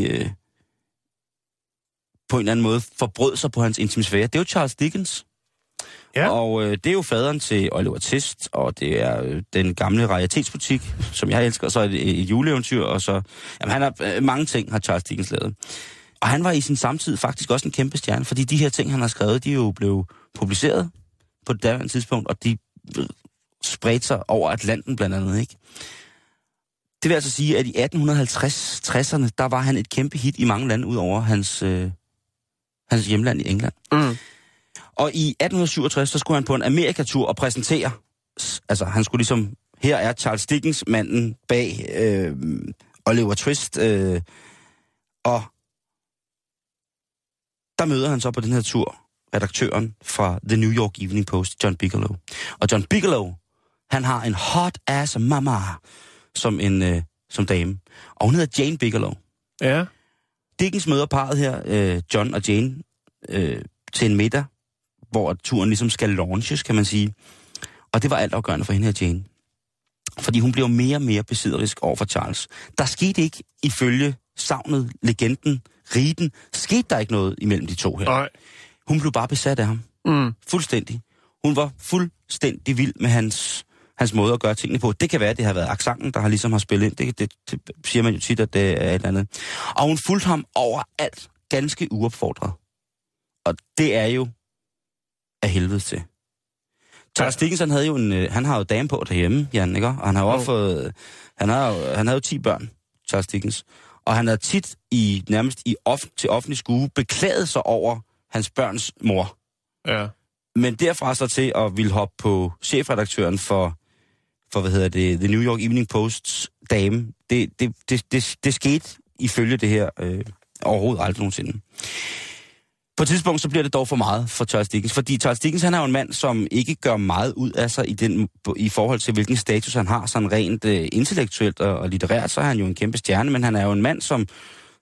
S5: på en eller anden måde forbrød sig på hans intimsfære, det er jo Charles Dickens. Ja. Og det er jo faderen til Oliver Twist, og det er den gamle raritetsbutik, som jeg elsker, og så et juleeventyr, og så... Jamen, han har mange ting, har Charles Dickens lavet. Og han var i sin samtid faktisk også en kæmpe stjerne, fordi de her ting, han har skrevet, de er jo blevet publiceret på det daværende tidspunkt, og de spredte sig over Atlanten blandt andet, ikke? Det vil altså sige, at i 1850-60'erne, der var han et kæmpe hit i mange lande, ud over hans hjemland i England. Mm. Og i 1867, så skulle han på en Amerikatur og præsentere, altså han skulle ligesom, her er Charles Dickens, manden bag Oliver Twist, og der møder han så på den her tur redaktøren fra The New York Evening Post, John Bigelow. Og John Bigelow, han har en hot ass mama som dame, og hun hedder Jane Bigelow. Ja. Dickens møder parret her, John og Jane, til en middag, hvor turen ligesom skal launches, kan man sige. Og det var altafgørende for hende her, Jane. Fordi hun blev mere og mere besidderisk over for Charles. Der skete ikke, ifølge savnet, legenden, riten, skete der ikke noget imellem de to her. Nej. Hun blev bare besat af ham. Mm. Fuldstændig. Hun var fuldstændig vild med hans måde at gøre tingene på. Det kan være, at det har været accenten, der har ligesom har spillet ind. Det siger man jo tit, at det er et eller andet. Og hun fulgte ham overalt, ganske uopfordret. Og det er jo af helvede til. Charles Dickens, han har jo dame på derhjemme, Jan, ikke? Og han har jo også fået, han havde jo 10 børn, Charles Dickens. Og han havde tit nærmest til offentlig skue beklaget sig over hans børns mor. Ja. Men derfra så til at ville hoppe på chefredaktøren for The New York Evening Posts dame, det skete ifølge det her overhovedet aldrig nogensinde. På et tidspunkt så bliver det dog for meget for Charles Dickens, fordi Charles Dickens, han er jo en mand, som ikke gør meget ud af sig i forhold til, hvilken status han har, sådan rent intellektuelt og litterært, så er han jo en kæmpe stjerne, men han er jo en mand,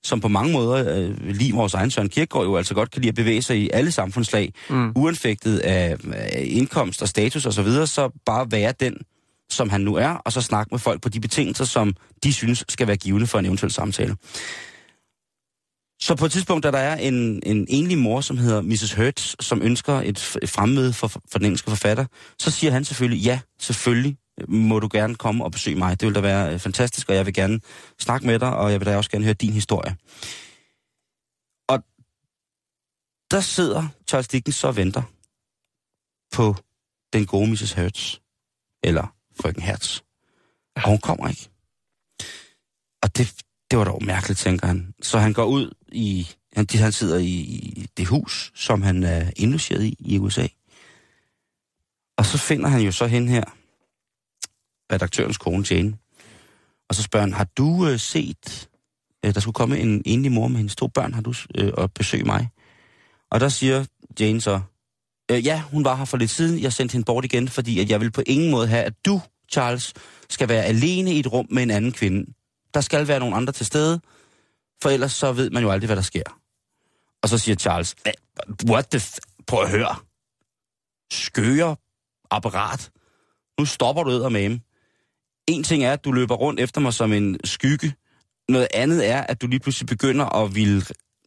S5: som på mange måder, lige vores egen Søren Kierkegaard jo altså godt kan lide at bevæge sig i alle samfundslag, uanfægtet af indkomst og status osv., så bare være den, som han nu er, og så snakke med folk på de betingelser, som de synes skal være givende for en eventuel samtale. Så på et tidspunkt, da der er en enlig mor, som hedder Mrs. Hertz, som ønsker et fremmøde for den engelske forfatter, så siger han selvfølgelig, ja, selvfølgelig må du gerne komme og besøge mig. Det vil da være fantastisk, og jeg vil gerne snakke med dig, og jeg vil da også gerne høre din historie. Og der sidder Charles Dickens så og venter på den gode Mrs. Hertz, eller frøken Hertz. Og hun kommer ikke. Og det var dog mærkeligt, tænker han. Så han går ud han sidder i det hus, som han er indlogeret i USA. Og så finder han jo så hende her, redaktørens kone Jane. Og så spørger han, har du set, der skulle komme en enlig mor med hendes 2 børn, har du og besøge mig? Og der siger Jane så, ja, hun var her for lidt siden, jeg sendte hende bort igen, fordi at jeg vil på ingen måde have, at du, Charles, skal være alene i et rum med en anden kvinde. Der skal være nogle andre til stede, for ellers så ved man jo aldrig, hvad der sker. Og så siger Charles, prøv at høre. Skøre apparat. Nu stopper du eddermame. En ting er, at du løber rundt efter mig som en skygge. Noget andet er, at du lige pludselig begynder at ville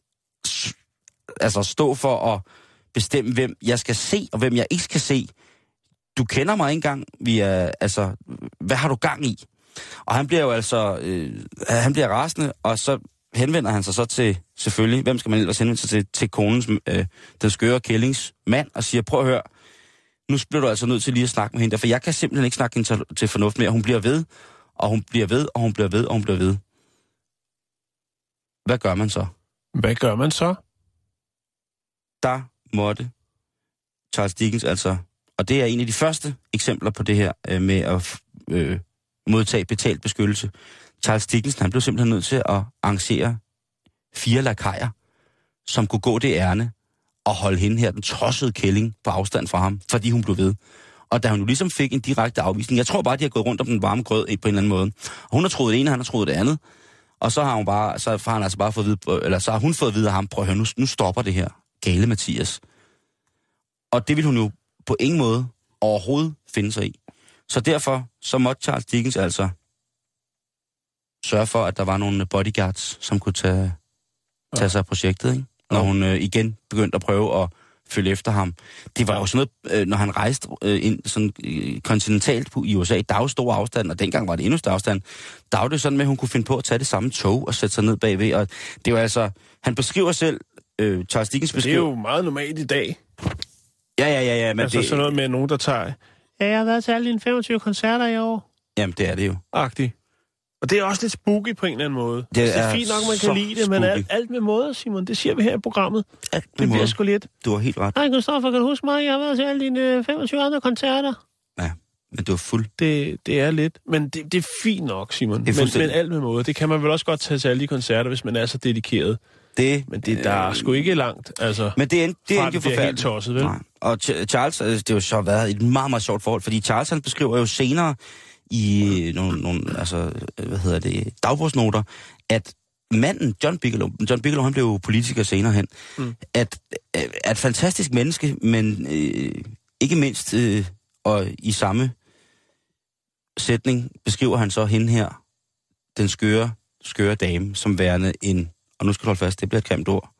S5: stå for at bestemme, hvem jeg skal se, og hvem jeg ikke skal se. Du kender mig ikke engang. Hvad har du gang i? Og han bliver jo han bliver rasende, og så henvender han sig så til, selvfølgelig, hvem skal man ellers henvende sig til konens, den skøre kællings mand, og siger, prøv at høre, nu bliver du altså nødt til lige at snakke med hende, for jeg kan simpelthen ikke snakke hende til fornuft mere. Hun bliver ved, og hun bliver ved, og hun bliver ved, og hun bliver ved. Hvad gør man så?
S4: Hvad gør man så?
S5: Der måtte Charles Dickens altså, og det er en af de første eksempler på det her med at modtage betalt beskyttelse. Charles Dickens, han blev simpelthen nødt til at arrangere 4 lakajer, som kunne gå det ærne og holde hende her, den trodsede kælling, på afstand fra ham, fordi hun blev ved. Og da hun jo ligesom fik en direkte afvisning, jeg tror bare, de har gået rundt om den varme grød på en eller anden måde. Og hun har troet det ene, han har troet det andet. Og så har hun fået at vide af ham, prøv at høre, nu stopper det her gale Mathias. Og det vil hun jo på ingen måde overhovedet finde sig i. Så derfor, så måtte Charles Dickens altså sørge for, at der var nogle bodyguards, som kunne tage sig af projektet, ikke? Når hun igen begyndte at prøve at følge efter ham. Det var jo sådan noget, når han rejste ind sådan kontinentalt i USA, der var stor afstand, og dengang var det endnu større afstand. Der var det sådan med, at hun kunne finde på at tage det samme tog og sætte sig ned bagved, og det var altså, han beskriver selv, Charles Dickens beskriver...
S4: Det er jo meget normalt i dag.
S5: Ja, men
S4: altså
S5: det...
S4: sådan noget med nogen, der tager... Ja, jeg har været til alle dine 25 koncerter i år.
S5: Jamen, det er det jo.
S4: Agtigt. Og det er også lidt spooky på en eller anden måde. Det er fint nok, man kan lide det, men alt med måde, Simon, det siger vi her i programmet. Det bliver sgu lidt.
S5: Du har helt ret.
S4: Nej, Christoffer, kan du huske mig? Jeg har været til alle dine 25 andre koncerter.
S5: Ja, men du er fuld.
S4: Det er lidt. Men det er fint nok, Simon. Men alt med måde. Det kan man vel også godt tage til alle de koncerter, hvis man er så dedikeret. Men der er sgu ikke langt, altså. Men det er ikke forfærdeligt. Helt tosset, vel? Nej.
S5: Og Charles, det har jo så været et meget, meget sjovt forhold, fordi Charles, han beskriver jo senere i nogle dagbogsnoter, at manden, John Bigelow, han blev jo politiker senere hen, at fantastisk menneske, men ikke mindst, og i samme sætning beskriver han så hende her, den skøre dame, som værende en, og nu skal du holde fast, det bliver et grimt ord,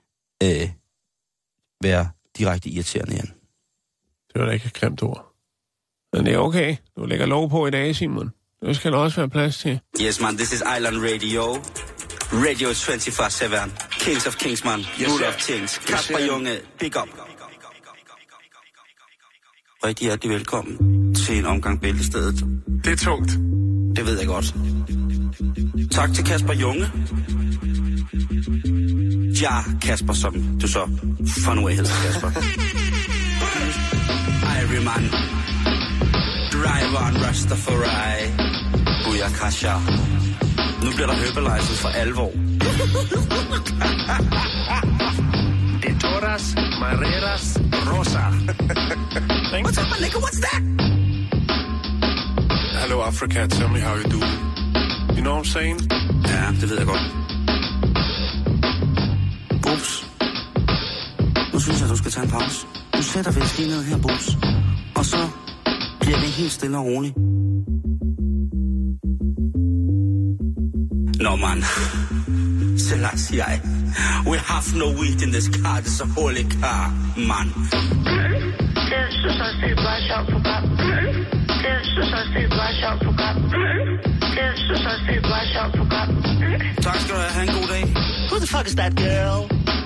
S5: være direkte irriterende igen.
S4: Det var da ikke et grimt ord. Men det er okay. Du lægger lov på i dag, Simon. Det skal der også være plads til.
S5: Yes, man. This is Island Radio. Radio 24/7. Kings of Kings, man. Rule of Kings. Kasper Junge. Big up. Rigtig hjertelig velkommen til en omgang Bæltestedet.
S4: Det er tungt.
S5: Det ved jeg godt. Tak til Kasper Junge. Ja, Kasper, som du så fra nu af hedder, Kasper. Iron Drive on Rastafari. Booyakasha. Nu bliver der høbelejset for alvor.
S4: De toras, mareras, rosa.
S5: What's up, my nigga? What's that?
S4: Hello, Africa. Tell me how you do. You know what I'm saying?
S5: Ja, det ved jeg godt. synes jeg, du skal tage en pause. Du sætter vist lige ned her, Bus. Og så bliver det helt stille og roligt. Nå, man. Selassie, we have no weed in this car. This is a holy car, man. Tak skal du have. Ha' en god dag.
S2: Who the fuck is that girl?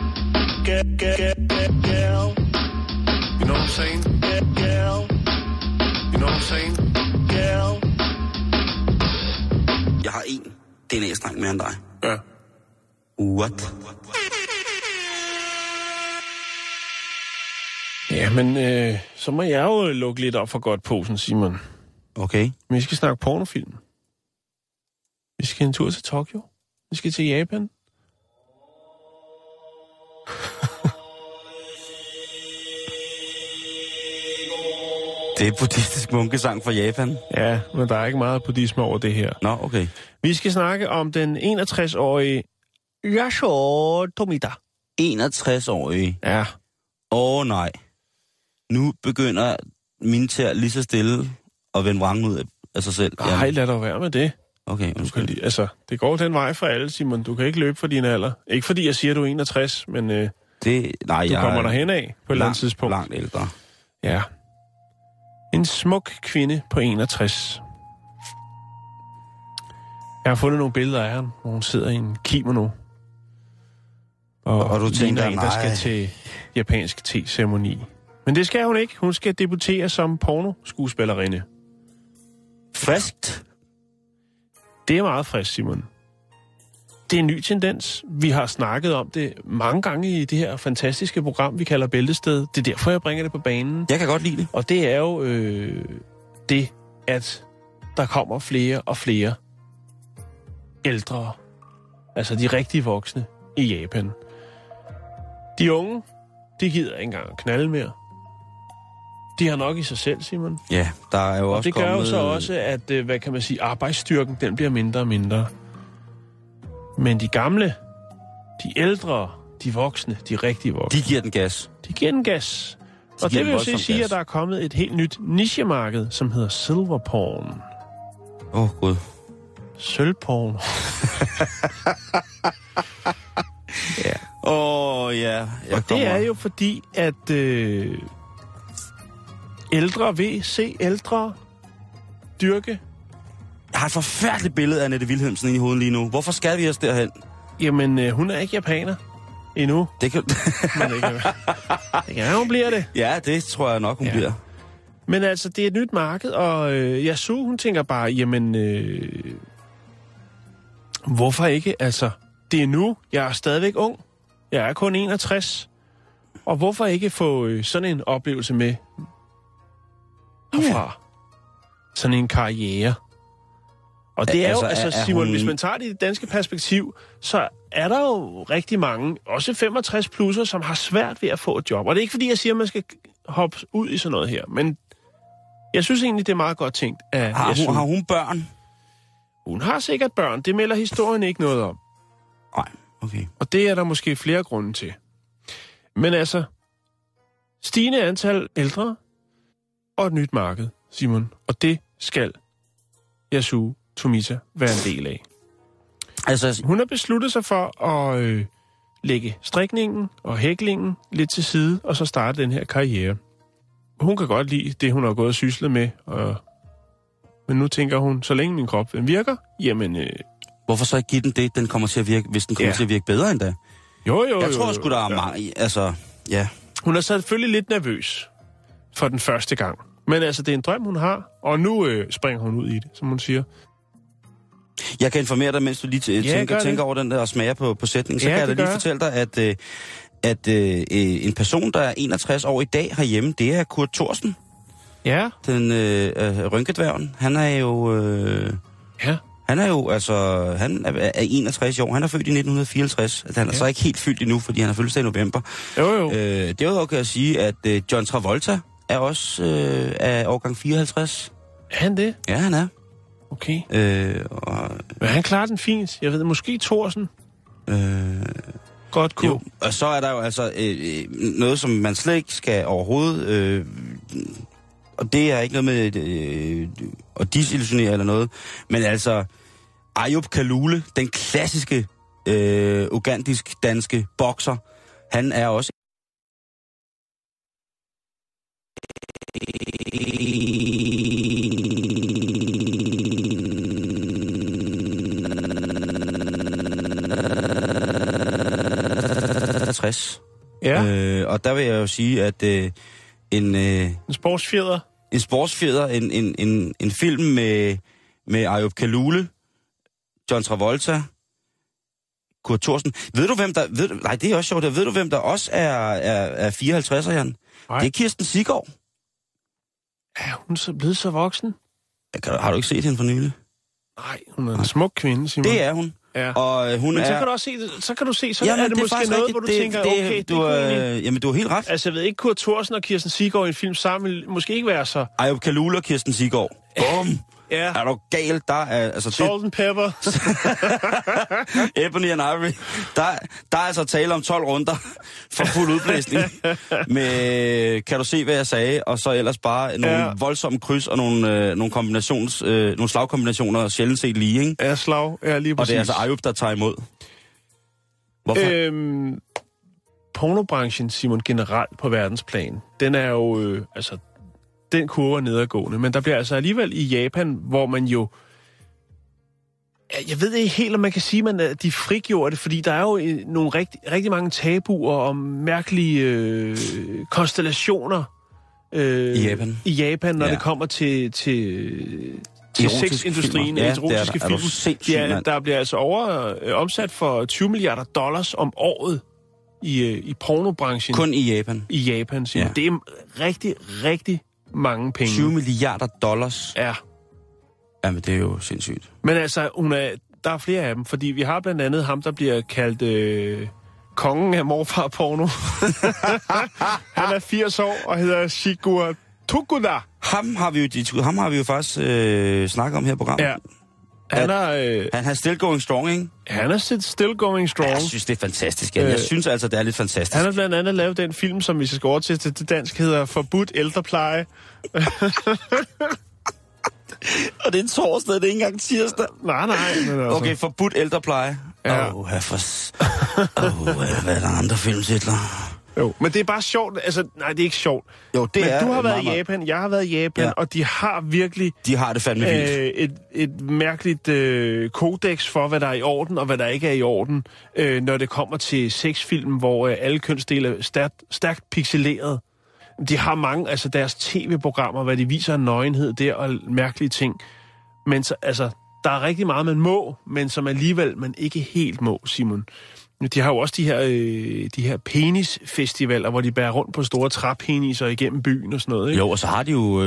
S2: Girl.
S4: You know what I'm saying?
S2: Girl.
S4: You know what I'm saying?
S2: Girl.
S5: Jeg har en DNA-streng mere end dig.
S4: Ja.
S5: What?
S4: Ja, men så må jeg jo lukke lidt op for godt posen, Simon.
S5: Okay.
S4: Men vi skal snakke pornofilm. Vi skal en tur til Tokyo. Vi skal til Japan.
S5: Det er buddhistisk munkesang fra Japan.
S4: Ja, men der er ikke meget buddhisme over det her.
S5: Nå, okay.
S4: Vi skal snakke om den 61-årige Yasuo Tomita.
S5: 61-årige.
S4: Ja.
S5: Nej. Nu begynder min tær lige så stille at vende vrangen ud af sig selv.
S4: Nej, lad dig være med det.
S5: Okay,
S4: undskyld. Altså, det går den vej for alle, Simon. Du kan ikke løbe for din alder. Ikke fordi jeg siger, du er 61, men du kommer derhen af på et eller andet tidspunkt.
S5: Langt ældre.
S4: Ja. En smuk kvinde på 61. Jeg har fundet nogle billeder af hende, hvor hun sidder i en kimono. Og du tænker, en, der skal til japansk te-ceremoni. Men det skal hun ikke. Hun skal debutere som pornoskuespillerinde.
S5: Friskt?
S4: Det er meget frisk, Simon. Det er en ny tendens. Vi har snakket om det mange gange i det her fantastiske program, vi kalder Bæltested. Det er derfor, jeg bringer det på banen.
S5: Jeg kan godt lide det.
S4: Og det er jo det, at der kommer flere og flere ældre, altså de rigtige voksne i Japan. De unge, de gider ikke engang at knalde mere. De har nok i sig selv, Simon.
S5: Ja, der er jo
S4: og
S5: også
S4: det gør jo så også, at, hvad kan man sige, arbejdsstyrken, den bliver mindre og mindre. Men de gamle, de ældre, de voksne, de rigtige voksne.
S5: De giver den gas.
S4: De giver den gas. Og det vil jo sige, at der er kommet et helt nyt nichemarked, som hedder silver porn.
S5: Gud.
S4: Sølvporn.
S5: Ja. Ja.
S4: Og det er jo fordi, at ældre vil se ældre dyrke.
S5: Jeg har et forfærdeligt billede af Annette Wilhelmsen i hovedet lige nu. Hvorfor skal vi os derhen?
S4: Jamen, hun er ikke japaner endnu.
S5: Det kan...
S4: Men det kan hun bliver det.
S5: Ja, det tror jeg nok, hun bliver.
S4: Men altså, det er et nyt marked, og Yasu, hun tænker bare, jamen, hvorfor ikke? Altså, det er nu. Jeg er stadigvæk ung. Jeg er kun 61. Og hvorfor ikke få sådan en oplevelse med herfra? Sådan en karriere. Og det er jo, altså Simon, hun... hvis man tager det i det danske perspektiv, så er der jo rigtig mange, også 65-plusser, som har svært ved at få et job. Og det er ikke fordi, jeg siger, at man skal hoppe ud i sådan noget her, men jeg synes egentlig, det er meget godt tænkt.
S5: Har hun børn?
S4: Hun har sikkert børn. Det melder historien ikke noget om.
S5: Nej, okay.
S4: Og det er der måske flere grunde til. Men altså, stigende antal ældre og et nyt marked, Simon. Og det skal Yasu Tomita være en del af. Altså, hun har besluttet sig for at lægge strikningen og hæklingen lidt til side, og så starte den her karriere. Hun kan godt lide det, hun har gået og syslet med, men nu tænker hun, så længe min krop virker, jamen...
S5: Hvorfor så ikke give den det, den kommer til at virke, hvis den kommer til at virke bedre end da?
S4: Jo.
S5: Jeg tror sgu, der er mange... Altså, ja.
S4: Hun er selvfølgelig lidt nervøs for den første gang. Men altså, det er en drøm, hun har, og nu springer hun ud i det, som hun siger.
S5: Jeg kan informere dig, mens du lige tænker over den der og smager på sætningen. Så kan jeg da lige fortælle dig, at en person, der er 61 år i dag herhjemme, det er Kurt Thorsen.
S4: Ja.
S5: Den rynkedværgen. Han er jo... Han er jo, altså... Han er 61 år. Han er født i 1954. Altså, han er så ikke helt fyldt endnu, fordi han har fødselsdag i november.
S4: Jo.
S5: Derudover kan jeg sige, at John Travolta er også af årgang 54.
S4: Er han det?
S5: Ja, han er.
S4: Okay. Men han klarer den fint. Jeg ved, måske Thorsen. godt kunne.
S5: Jo, og så er der jo altså noget, som man slet ikke skal overhovedet... og det er ikke noget med at disillusionere eller noget, men altså Ayub Kalule, den klassiske ugandisk-danske bokser, han er også
S4: Ja.
S5: Og der vil jeg jo sige, at en
S4: sportsfjeder.
S5: En sportsfjeder, en film med Ayub Kalule, John Travolta, Kurt Thorsen. Ved du, hvem der... nej, det er også sjovt. Ved du, hvem der også er 54'er, Jan? Nej. Det er Kirsten Siggaard.
S4: Er hun så blevet så voksen?
S5: Har du ikke set hende for nylig?
S4: Nej, hun er en smuk kvinde, Simon.
S5: Det er hun.
S4: Ja.
S5: Og hun
S4: men så
S5: er...
S4: kan du også se det, så kan du se, så
S5: jamen,
S4: er det måske noget, rigtigt. Hvor du tænker, okay,
S5: jamen, du har helt ret.
S4: Altså, jeg ved ikke, Kurt Thorsen og Kirsten Siggaard i en film sammen vil måske ikke være så...
S5: Ayub Kalule og Kirsten Siggaard. Bum!
S4: Ja.
S5: Er du galt? Der er... Altså,
S4: Salt and pepper.
S5: Ebony and Ivory. Der er altså tale om 12 runder for fuld udblæsning. Med, kan du se, hvad jeg sagde? Og så ellers bare nogle voldsomme kryds og nogle slagkombinationer, sjældent set lige, ikke?
S4: Ja, slag. Ja, lige præcis.
S5: Og det er altså Ayub, der tager imod. Hvorfor?
S4: Pornobranchen, Simon, generelt på verdensplan, den er jo... den kurve er nedadgående, men der bliver altså alligevel i Japan, hvor man jo... Jeg ved ikke helt, om man kan sige, at de frigjorde det, fordi der er jo nogle rigtig mange tabuer og mærkelige konstellationer i Japan, når det kommer til sexindustrien og erotiske film. Der bliver altså omsat for $20 milliarder om året i pornobranchen.
S5: Kun i Japan?
S4: I Japan, Simon. Ja. Det er rigtig, rigtig mange penge.
S5: $20 milliarder?
S4: Ja.
S5: Jamen, det er jo sindssygt.
S4: Men altså, der er flere af dem, fordi vi har blandt andet ham, der bliver kaldt kongen af morfar-porno. Han er 80 år og hedder Shigeru Tokuda.
S5: Ham har vi jo faktisk snakket om her i programmet.
S4: Ja.
S5: Han er still going strong, ikke?
S4: Han er still going strong.
S5: Jeg synes, det er fantastisk. Jeg synes altså, det er lidt fantastisk.
S4: Han har blandt andet lavet den film, som vi skal gå over til dansk, hedder Forbudt ældrepleje.
S5: Og det er en torsdag, det er ikke engang tirsdag.
S4: Nej. Men altså.
S5: Okay, Forbudt ældrepleje.
S4: Ja.
S5: Hvad er der andre filmtitler?
S4: Jo, men det er bare sjovt. Altså, nej, det er ikke sjovt.
S5: Jo, det
S4: men
S5: er...
S4: du har været i Japan, jeg har været i Japan, og de har virkelig...
S5: De har det fandme vildt.
S4: Et mærkeligt kodex for, hvad der er i orden, og hvad der ikke er i orden, når det kommer til sexfilm, hvor alle kønsdele er stærkt pixeleret. De har mange, altså deres tv-programmer, hvad de viser af nøgenhed der, og mærkelige ting. Men så, altså, der er rigtig meget, man må, men som alligevel man ikke helt må, Simon. De har jo også de her penisfestivaler, hvor de bærer rundt på store træpeniser igennem byen og sådan noget, ikke?
S5: Jo, og så har de jo,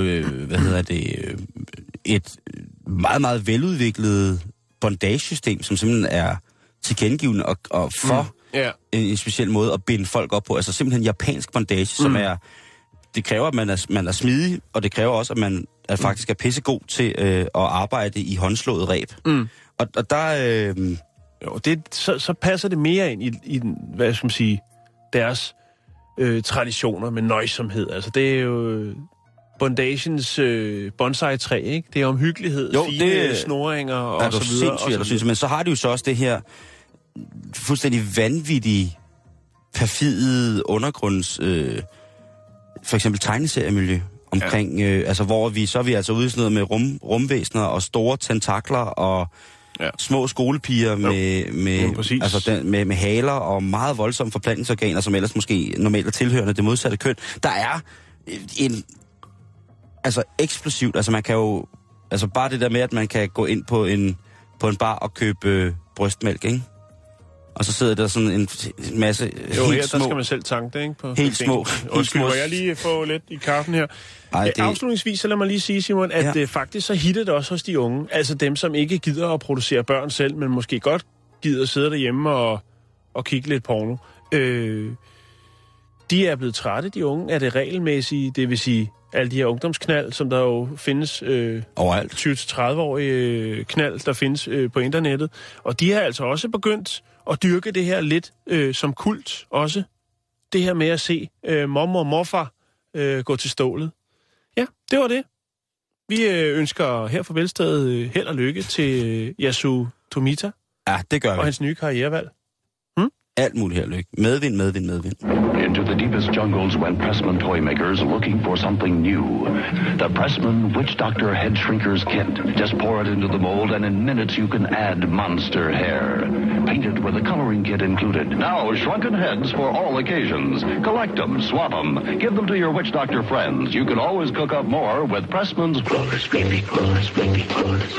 S5: et meget, meget veludviklet bondage-system, som simpelthen er tilkendegivende og for en speciel måde at binde folk op på. Altså simpelthen japansk bondage, som er... Det kræver, at man er smidig, og det kræver også, at man faktisk er pissegod til at arbejde i håndslået reb. Og der...
S4: Jo, så passer det mere ind i hvad skal man sige, deres traditioner med nøjsomhed. Altså, det er jo bondagens bonsai-træ, ikke? Det er omhyggelighed, fine snoringer og så videre.
S5: Men så har de jo så også det her fuldstændig vanvittige, perfide undergrunds... for eksempel tegneseriemiljø omkring... altså, hvor vi er altså ude i sådan noget med rumvæsener og store tentakler og... Ja. Små skolepiger med haler og meget voldsomme forplantningsorganer, som ellers måske normalt er tilhørende det modsatte køn. Der er eksplosivt. Altså man kan jo... Altså bare det der med, at man kan gå ind på en bar og købe brystmælk, ikke? Og så sidder der sådan en masse
S4: her små... der skal man selv tanke det, ikke? På
S5: helt små.
S4: Undskyld, må jeg lige få lidt i kaffen her? Ej, det... Afslutningsvis, så lad mig lige sige, Simon, at faktisk så hitter det også hos de unge. Altså dem, som ikke gider at producere børn selv, men måske godt gider at sidde derhjemme og kigge lidt porno. De er blevet trætte, de unge, af det regelmæssige, det vil sige alle de her ungdomsknald, som der jo findes overalt. 20-30-årige knald, der findes på internettet. Og de har altså også begyndt at dyrke det her lidt som kult også. Det her med at se mormor og morfar gå til stålet. Ja, det var det. Vi ønsker her fra Velstedet held og lykke til Yasu Tomita.
S5: Ja, det gør vi.
S4: Og hans nye karrierevalg.
S5: Alt muligt her, lykke. Medvind.
S6: Into the deepest jungles went Pressman Toymakers looking for something new. The Pressman Witch Doctor Head Shrinkers Kit. Just pour it into the mold and in minutes you can add monster hair. Painted with a coloring kit included. Now shrunken heads for all occasions. Collect them, swap them, give them to your Witch Doctor friends. You can always cook up more with Pressman's Crawlers, Baby Crawlers, Baby Crawlers.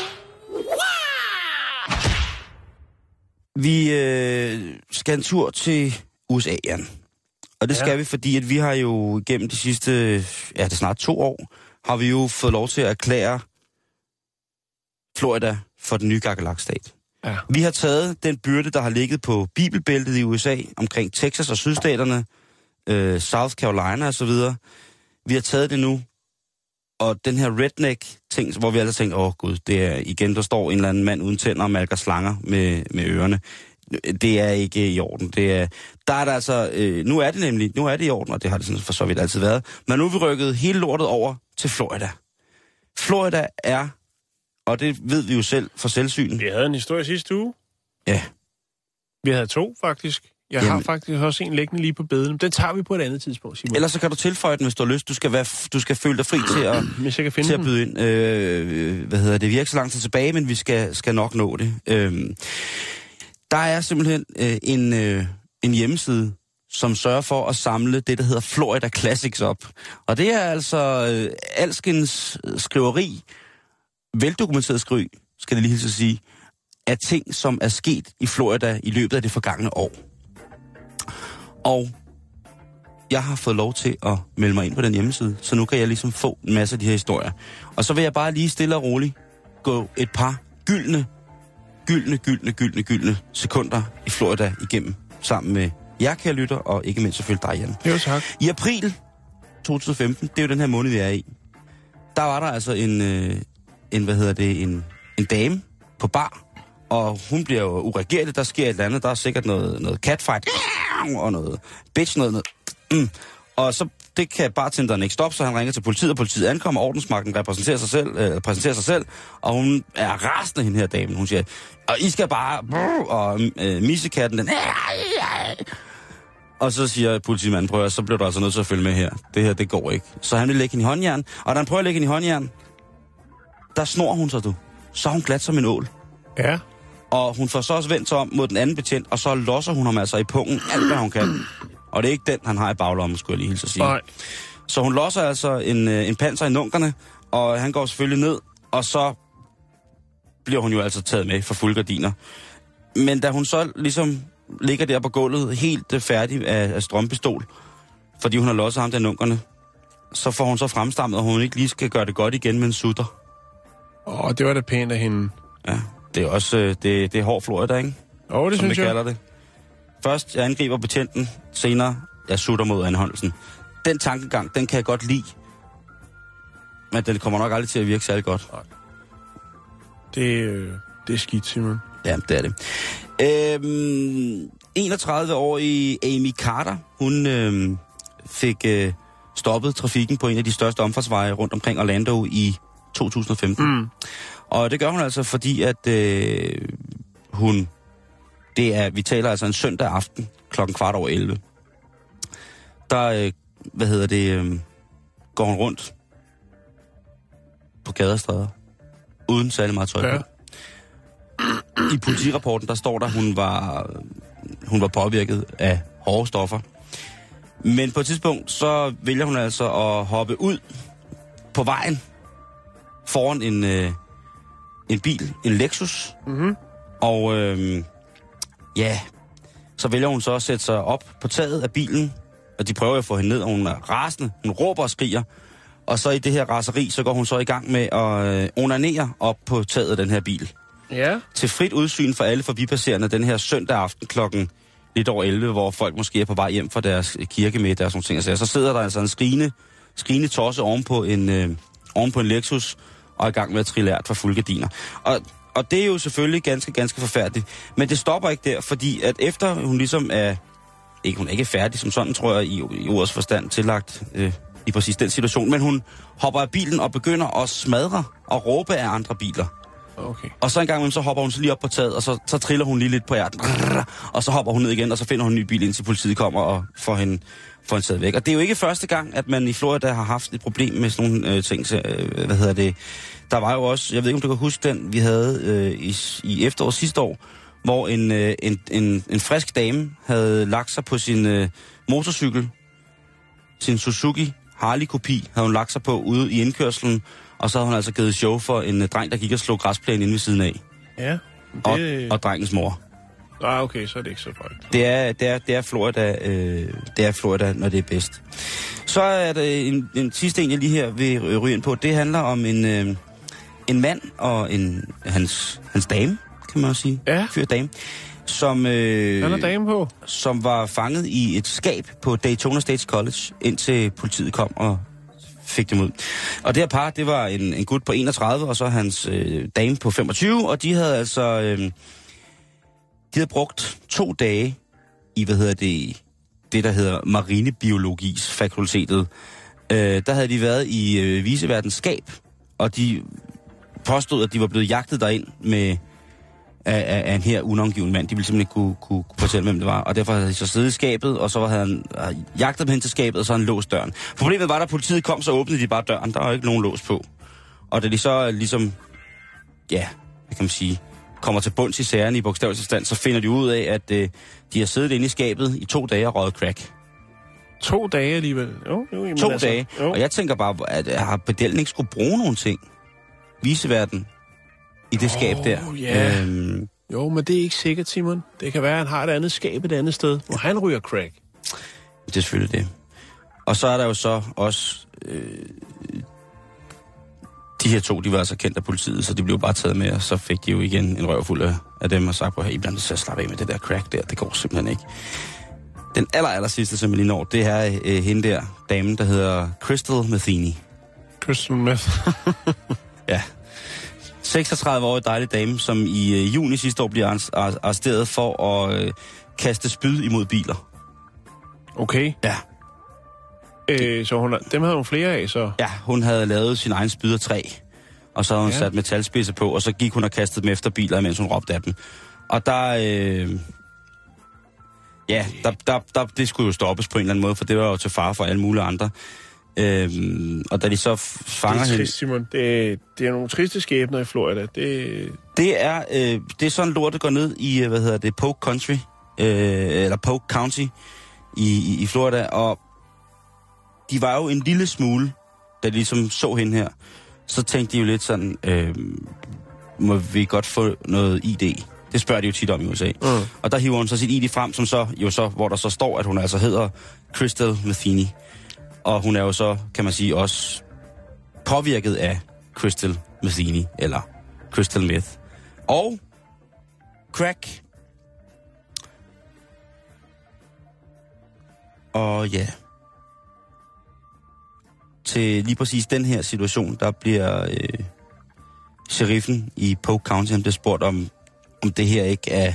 S5: Vi skal en tur til USA, Jan. Og det skal vi, fordi at vi har jo gennem de sidste, det er snart 2 år, har vi jo fået lov til at erklære Florida for den nye Gagalak-stat. Ja. Vi har taget den byrde, der har ligget på bibelbæltet i USA, omkring Texas og sydstaterne, South Carolina osv. Vi har taget det nu, og den her redneck-ting, hvor vi altså tænker, gud, det er igen, der står en eller anden mand uden tænder og malker slanger med ørerne. Det er ikke i orden. Der er der altså, nu er det i orden, og det har det sådan for så vidt altid været. Men nu er vi rykket hele lortet over til Florida. Florida er, og det ved vi jo selv fra selvsyn.
S4: Vi havde en historie sidste uge.
S5: Ja.
S4: Vi havde 2, faktisk. Jeg har faktisk også en liggende lige på beden. Den tager vi på et andet tidspunkt, Simon.
S5: Ellers så kan du tilføje den, hvis du har lyst. Du skal føle dig fri til at byde ind. Vi er ikke så lang tid tilbage, men vi skal nok nå det. Der er simpelthen en hjemmeside, som sørger for at samle det, der hedder Florida Classics op. Og det er altså alskens skriveri, veldokumenteret skriveri, skal det lige hilse at sige, af ting, som er sket i Florida i løbet af det forgangne år. Og jeg har fået lov til at melde mig ind på den hjemmeside, så nu kan jeg ligesom få en masse af de her historier. Og så vil jeg bare lige stille og roligt gå et par gyldne sekunder i Florida igennem, sammen med jer, kære lytter, og ikke mindst selvfølgelig dig, Jan.
S4: Jo, tak.
S5: I april 2015, det er jo den her måned, vi er i, der var der altså en dame på bar, og hun bliver jo uregerlig, der sker et eller andet, der er sikkert noget catfight, og noget bitch, noget. Og så, det kan bartenderen ikke stoppe, så han ringer til politiet, og politiet ankommer, ordensmagten præsenterer sig selv, og hun er rasende, hende her dame. Hun siger, og I skal bare, og missekatten, den, og så siger politimanden, prøv at, så bliver du altså nødt til at følge med her. Det her, det går ikke. Så han vil lægge hende i håndjern, og da han prøver at lægge hende i håndjern, der snor hun sig, du. Så er hun glat som en ål.
S4: Ja. Og
S5: hun får så også vendt sig om mod den anden betjent, og så losser hun ham altså i pungen alt, hvad hun kan. Og det er ikke den, han har i baglommen, skulle jeg lige hilse at sige.
S4: Nej.
S5: Så hun losser altså en panser i nunkerne, og han går selvfølgelig ned, og så bliver hun jo altså taget med for fulde gardiner. Men da hun så ligesom ligger der på gulvet, helt færdig af strømpistol, fordi hun har losset ham der nunkerne, så får hun så fremstammet, at hun ikke lige skal gøre det godt igen med en sutter.
S4: Det var da pænt af hende.
S5: Ja, det er også det er hård Florida, ikke?
S4: Det synes jeg. Kalder
S5: det. Først, jeg angriber betjenten, senere, jeg sutter mod anholdelsen. Den tankegang, den kan jeg godt lide. Men den kommer nok aldrig til at virke særlig godt.
S4: Nej. Det er skidt, Simon.
S5: Ja, det er det. 31-årige Amy Carter, hun fik stoppet trafikken på en af de største omfartsveje rundt omkring Orlando i 2015. Og det gør hun altså, fordi at vi taler altså en søndag aften, 11:15. Der, går hun rundt på gader og stræder, uden særlig meget tøj på. Ja. I politirapporten, der står der, hun var påvirket af hårde stoffer. Men på et tidspunkt, så vælger hun altså at hoppe ud på vejen foran en bil, en Lexus.
S4: Mm-hmm.
S5: Og så vælger hun så at sætte sig op på taget af bilen, og de prøver at få hende ned, og hun er rasende. Hun råber og skriger. Og så i det her raseri, så går hun så i gang med at onanere op på taget af den her bil.
S4: Ja.
S5: Til frit udsyn for alle forbipasserende den her søndag aften klokken lidt over 11, hvor folk måske er på vej hjem fra deres kirkemiddag og sådan ting. Så sidder der altså en skrigende tosse oven på en Lexus og er i gang med at trille ært for fulde gardiner. Og det er jo selvfølgelig ganske, ganske forfærdeligt. Men det stopper ikke der, fordi at efter hun ligesom er... Hun er ikke færdig som sådan, tror jeg, i ordets forstand tillagt i præcis den situation. Men hun hopper af bilen og begynder at smadre og råbe af andre biler.
S4: Okay.
S5: Og så en gang så hopper hun så lige op på taget, og så triller hun lige lidt på hjerten. Og så hopper hun ned igen, og så finder hun en ny bil, indtil politiet kommer og får hende taget væk. Og det er jo ikke første gang, at man i Florida har haft et problem med sådan nogle ting. Der var jo også, jeg ved ikke, om du kan huske den, vi havde i efteråret sidste år, hvor en frisk dame havde lagt sig på sin motorcykel, sin Suzuki Harley-kopi, havde hun lagt sig på ude i indkørslen, og så havde hun altså givet show for en dreng, der gik og slog græsplænen inde ved siden af.
S4: Ja.
S5: Og drengens mor.
S4: Okay, så er det ikke så farligt.
S5: Det er Florida, det er Florida, når det er bedst. Så er det en sidste en, jeg lige her vil ryge ind på. Det handler om en mand og hans dame, kan man også sige.
S4: Ja.
S5: Fyr dame. Han
S4: er dame på.
S5: Som var fanget i et skab på Daytona State College, indtil politiet kom og fik dem ud. Og det her par, det var en gut på 31, og så hans dame på 25, og de havde altså... de havde brugt 2 dage i, det der hedder marinebiologis fakultetet. Der havde de været i viceværtens skab, og de påstod, at de var blevet jagtet derind af en her unavngiven mand. De ville simpelthen ikke kunne fortælle, hvem det var. Og derfor havde de så siddet i skabet, og så havde han jagtet dem hen til skabet, og så havde han låst døren. Problemet var, at politiet kom, så åbnede de bare døren. Der var ikke nogen lås på. Og da de så ligesom, ja, hvad kan man sige, kommer til bunds i sagerne i bogstavelig forstand, så finder de ud af, at de har siddet inde i skabet i 2 dage og røget crack.
S4: 2 dage alligevel? Jo,
S5: 2 dage. Jo. Og jeg tænker bare, at har pedellen ikke skulle bruge nogle ting? Viseverden i det skab der.
S4: Yeah. Jo, men det er ikke sikkert, Simon. Det kan være, at han har et andet skab et andet sted, hvor han ryger crack.
S5: Det er selvfølgelig det. Og så er der jo så også... de her 2, de var altså kendt af politiet, så de blev bare taget med, og så fik de jo igen en røvfuld af dem og sagt, at I blandt så slappe af med det der crack der. Det går simpelthen ikke. Den aller sidste, som jeg lige når, det er hende der, damen, der hedder Crystal Metheny.
S4: Crystal Meth.
S5: Ja. 36-årig dejlig dame, som i juni sidste år bliver arresteret for at kaste spyd imod biler.
S4: Okay.
S5: Ja.
S4: Så dem havde hun flere af, så?
S5: Ja, hun havde lavet sin egen spyd af træ, og så havde hun sat metalspidser på, og så gik hun og kastede dem efter biler, mens hun råbte af dem. Og der... det skulle jo stoppes på en eller anden måde, for det var jo til fare for alle mulige andre. Og da de så fanger hende...
S4: Det er trist, Simon. Det er nogle triste skæbner i Florida.
S5: Det er sådan lortet går ned i, Polk Country, eller Polk County i Florida, og de var jo en lille smule, da de ligesom så hende her, så tænkte de jo lidt sådan, må vi godt få noget ID? Det spørger de jo tit om i USA. Og der hiver hun så sit ID frem, som så, hvor der så står, at hun altså hedder Crystal Metheny. Og hun er jo så, kan man sige, også påvirket af Crystal Metheny, eller Crystal Meth. Og crack. Og ja, til lige præcis den her situation, der bliver sheriffen i Polk County, han bliver spurgt om det her ikke er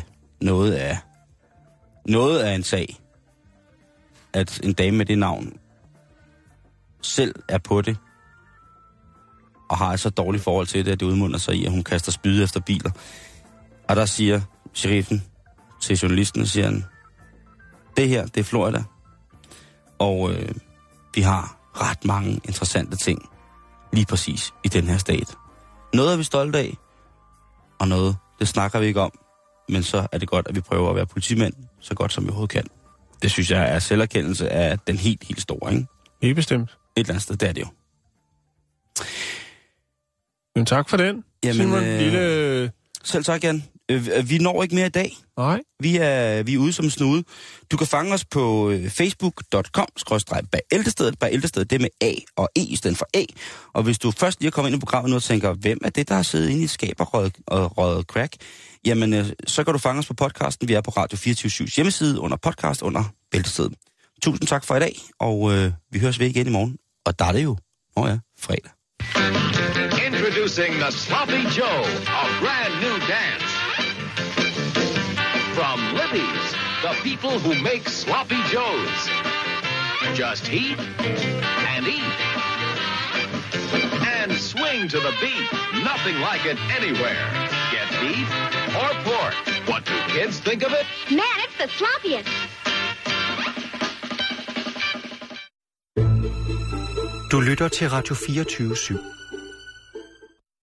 S5: noget af en sag. At en dame med det navn selv er på det, og har et så dårligt forhold til det, at det udmunder sig i, at hun kaster spyd efter biler. Og der siger sheriffen til journalisten, siger han, det her, det er Florida, og vi har ret mange interessante ting lige præcis i den her stat. Noget er vi stolte af, og noget, det snakker vi ikke om, men så er det godt, at vi prøver at være politimænd så godt, som vi overhovedet kan. Det synes jeg er selverkendelse af den helt store, ikke?
S4: Helt bestemt.
S5: Et eller andet sted, det er det jo.
S4: Men tak for den,
S5: jamen,
S4: Simon. Lille...
S5: Selv tak, Jan. Vi når ikke mere i dag.
S4: Nej.
S5: Vi er ude som snude. Du kan fange os på facebook.com/Bæltestedet. Bæltestedet, det er med A og E i stedet for A. Og hvis du først lige er kommet ind i programmet nu og tænker, hvem er det, der har siddet inde i et skab og røget crack? Jamen, så kan du fange os på podcasten. Vi er på Radio 24/7's hjemmeside under podcast under Bæltestedet. Tusind tak for i dag, og vi høres ved igen i morgen. Og der er det jo, fredag.
S7: Introducing the Sloppy Joe, a brand new dance. From Libby's, the people who make Sloppy Joes. Just heat and eat. And swing to the beat. Nothing like it anywhere. Get beef or pork. What do kids think of it?
S8: Man, it's the sloppiest.
S3: Du lytter til Radio 24/7.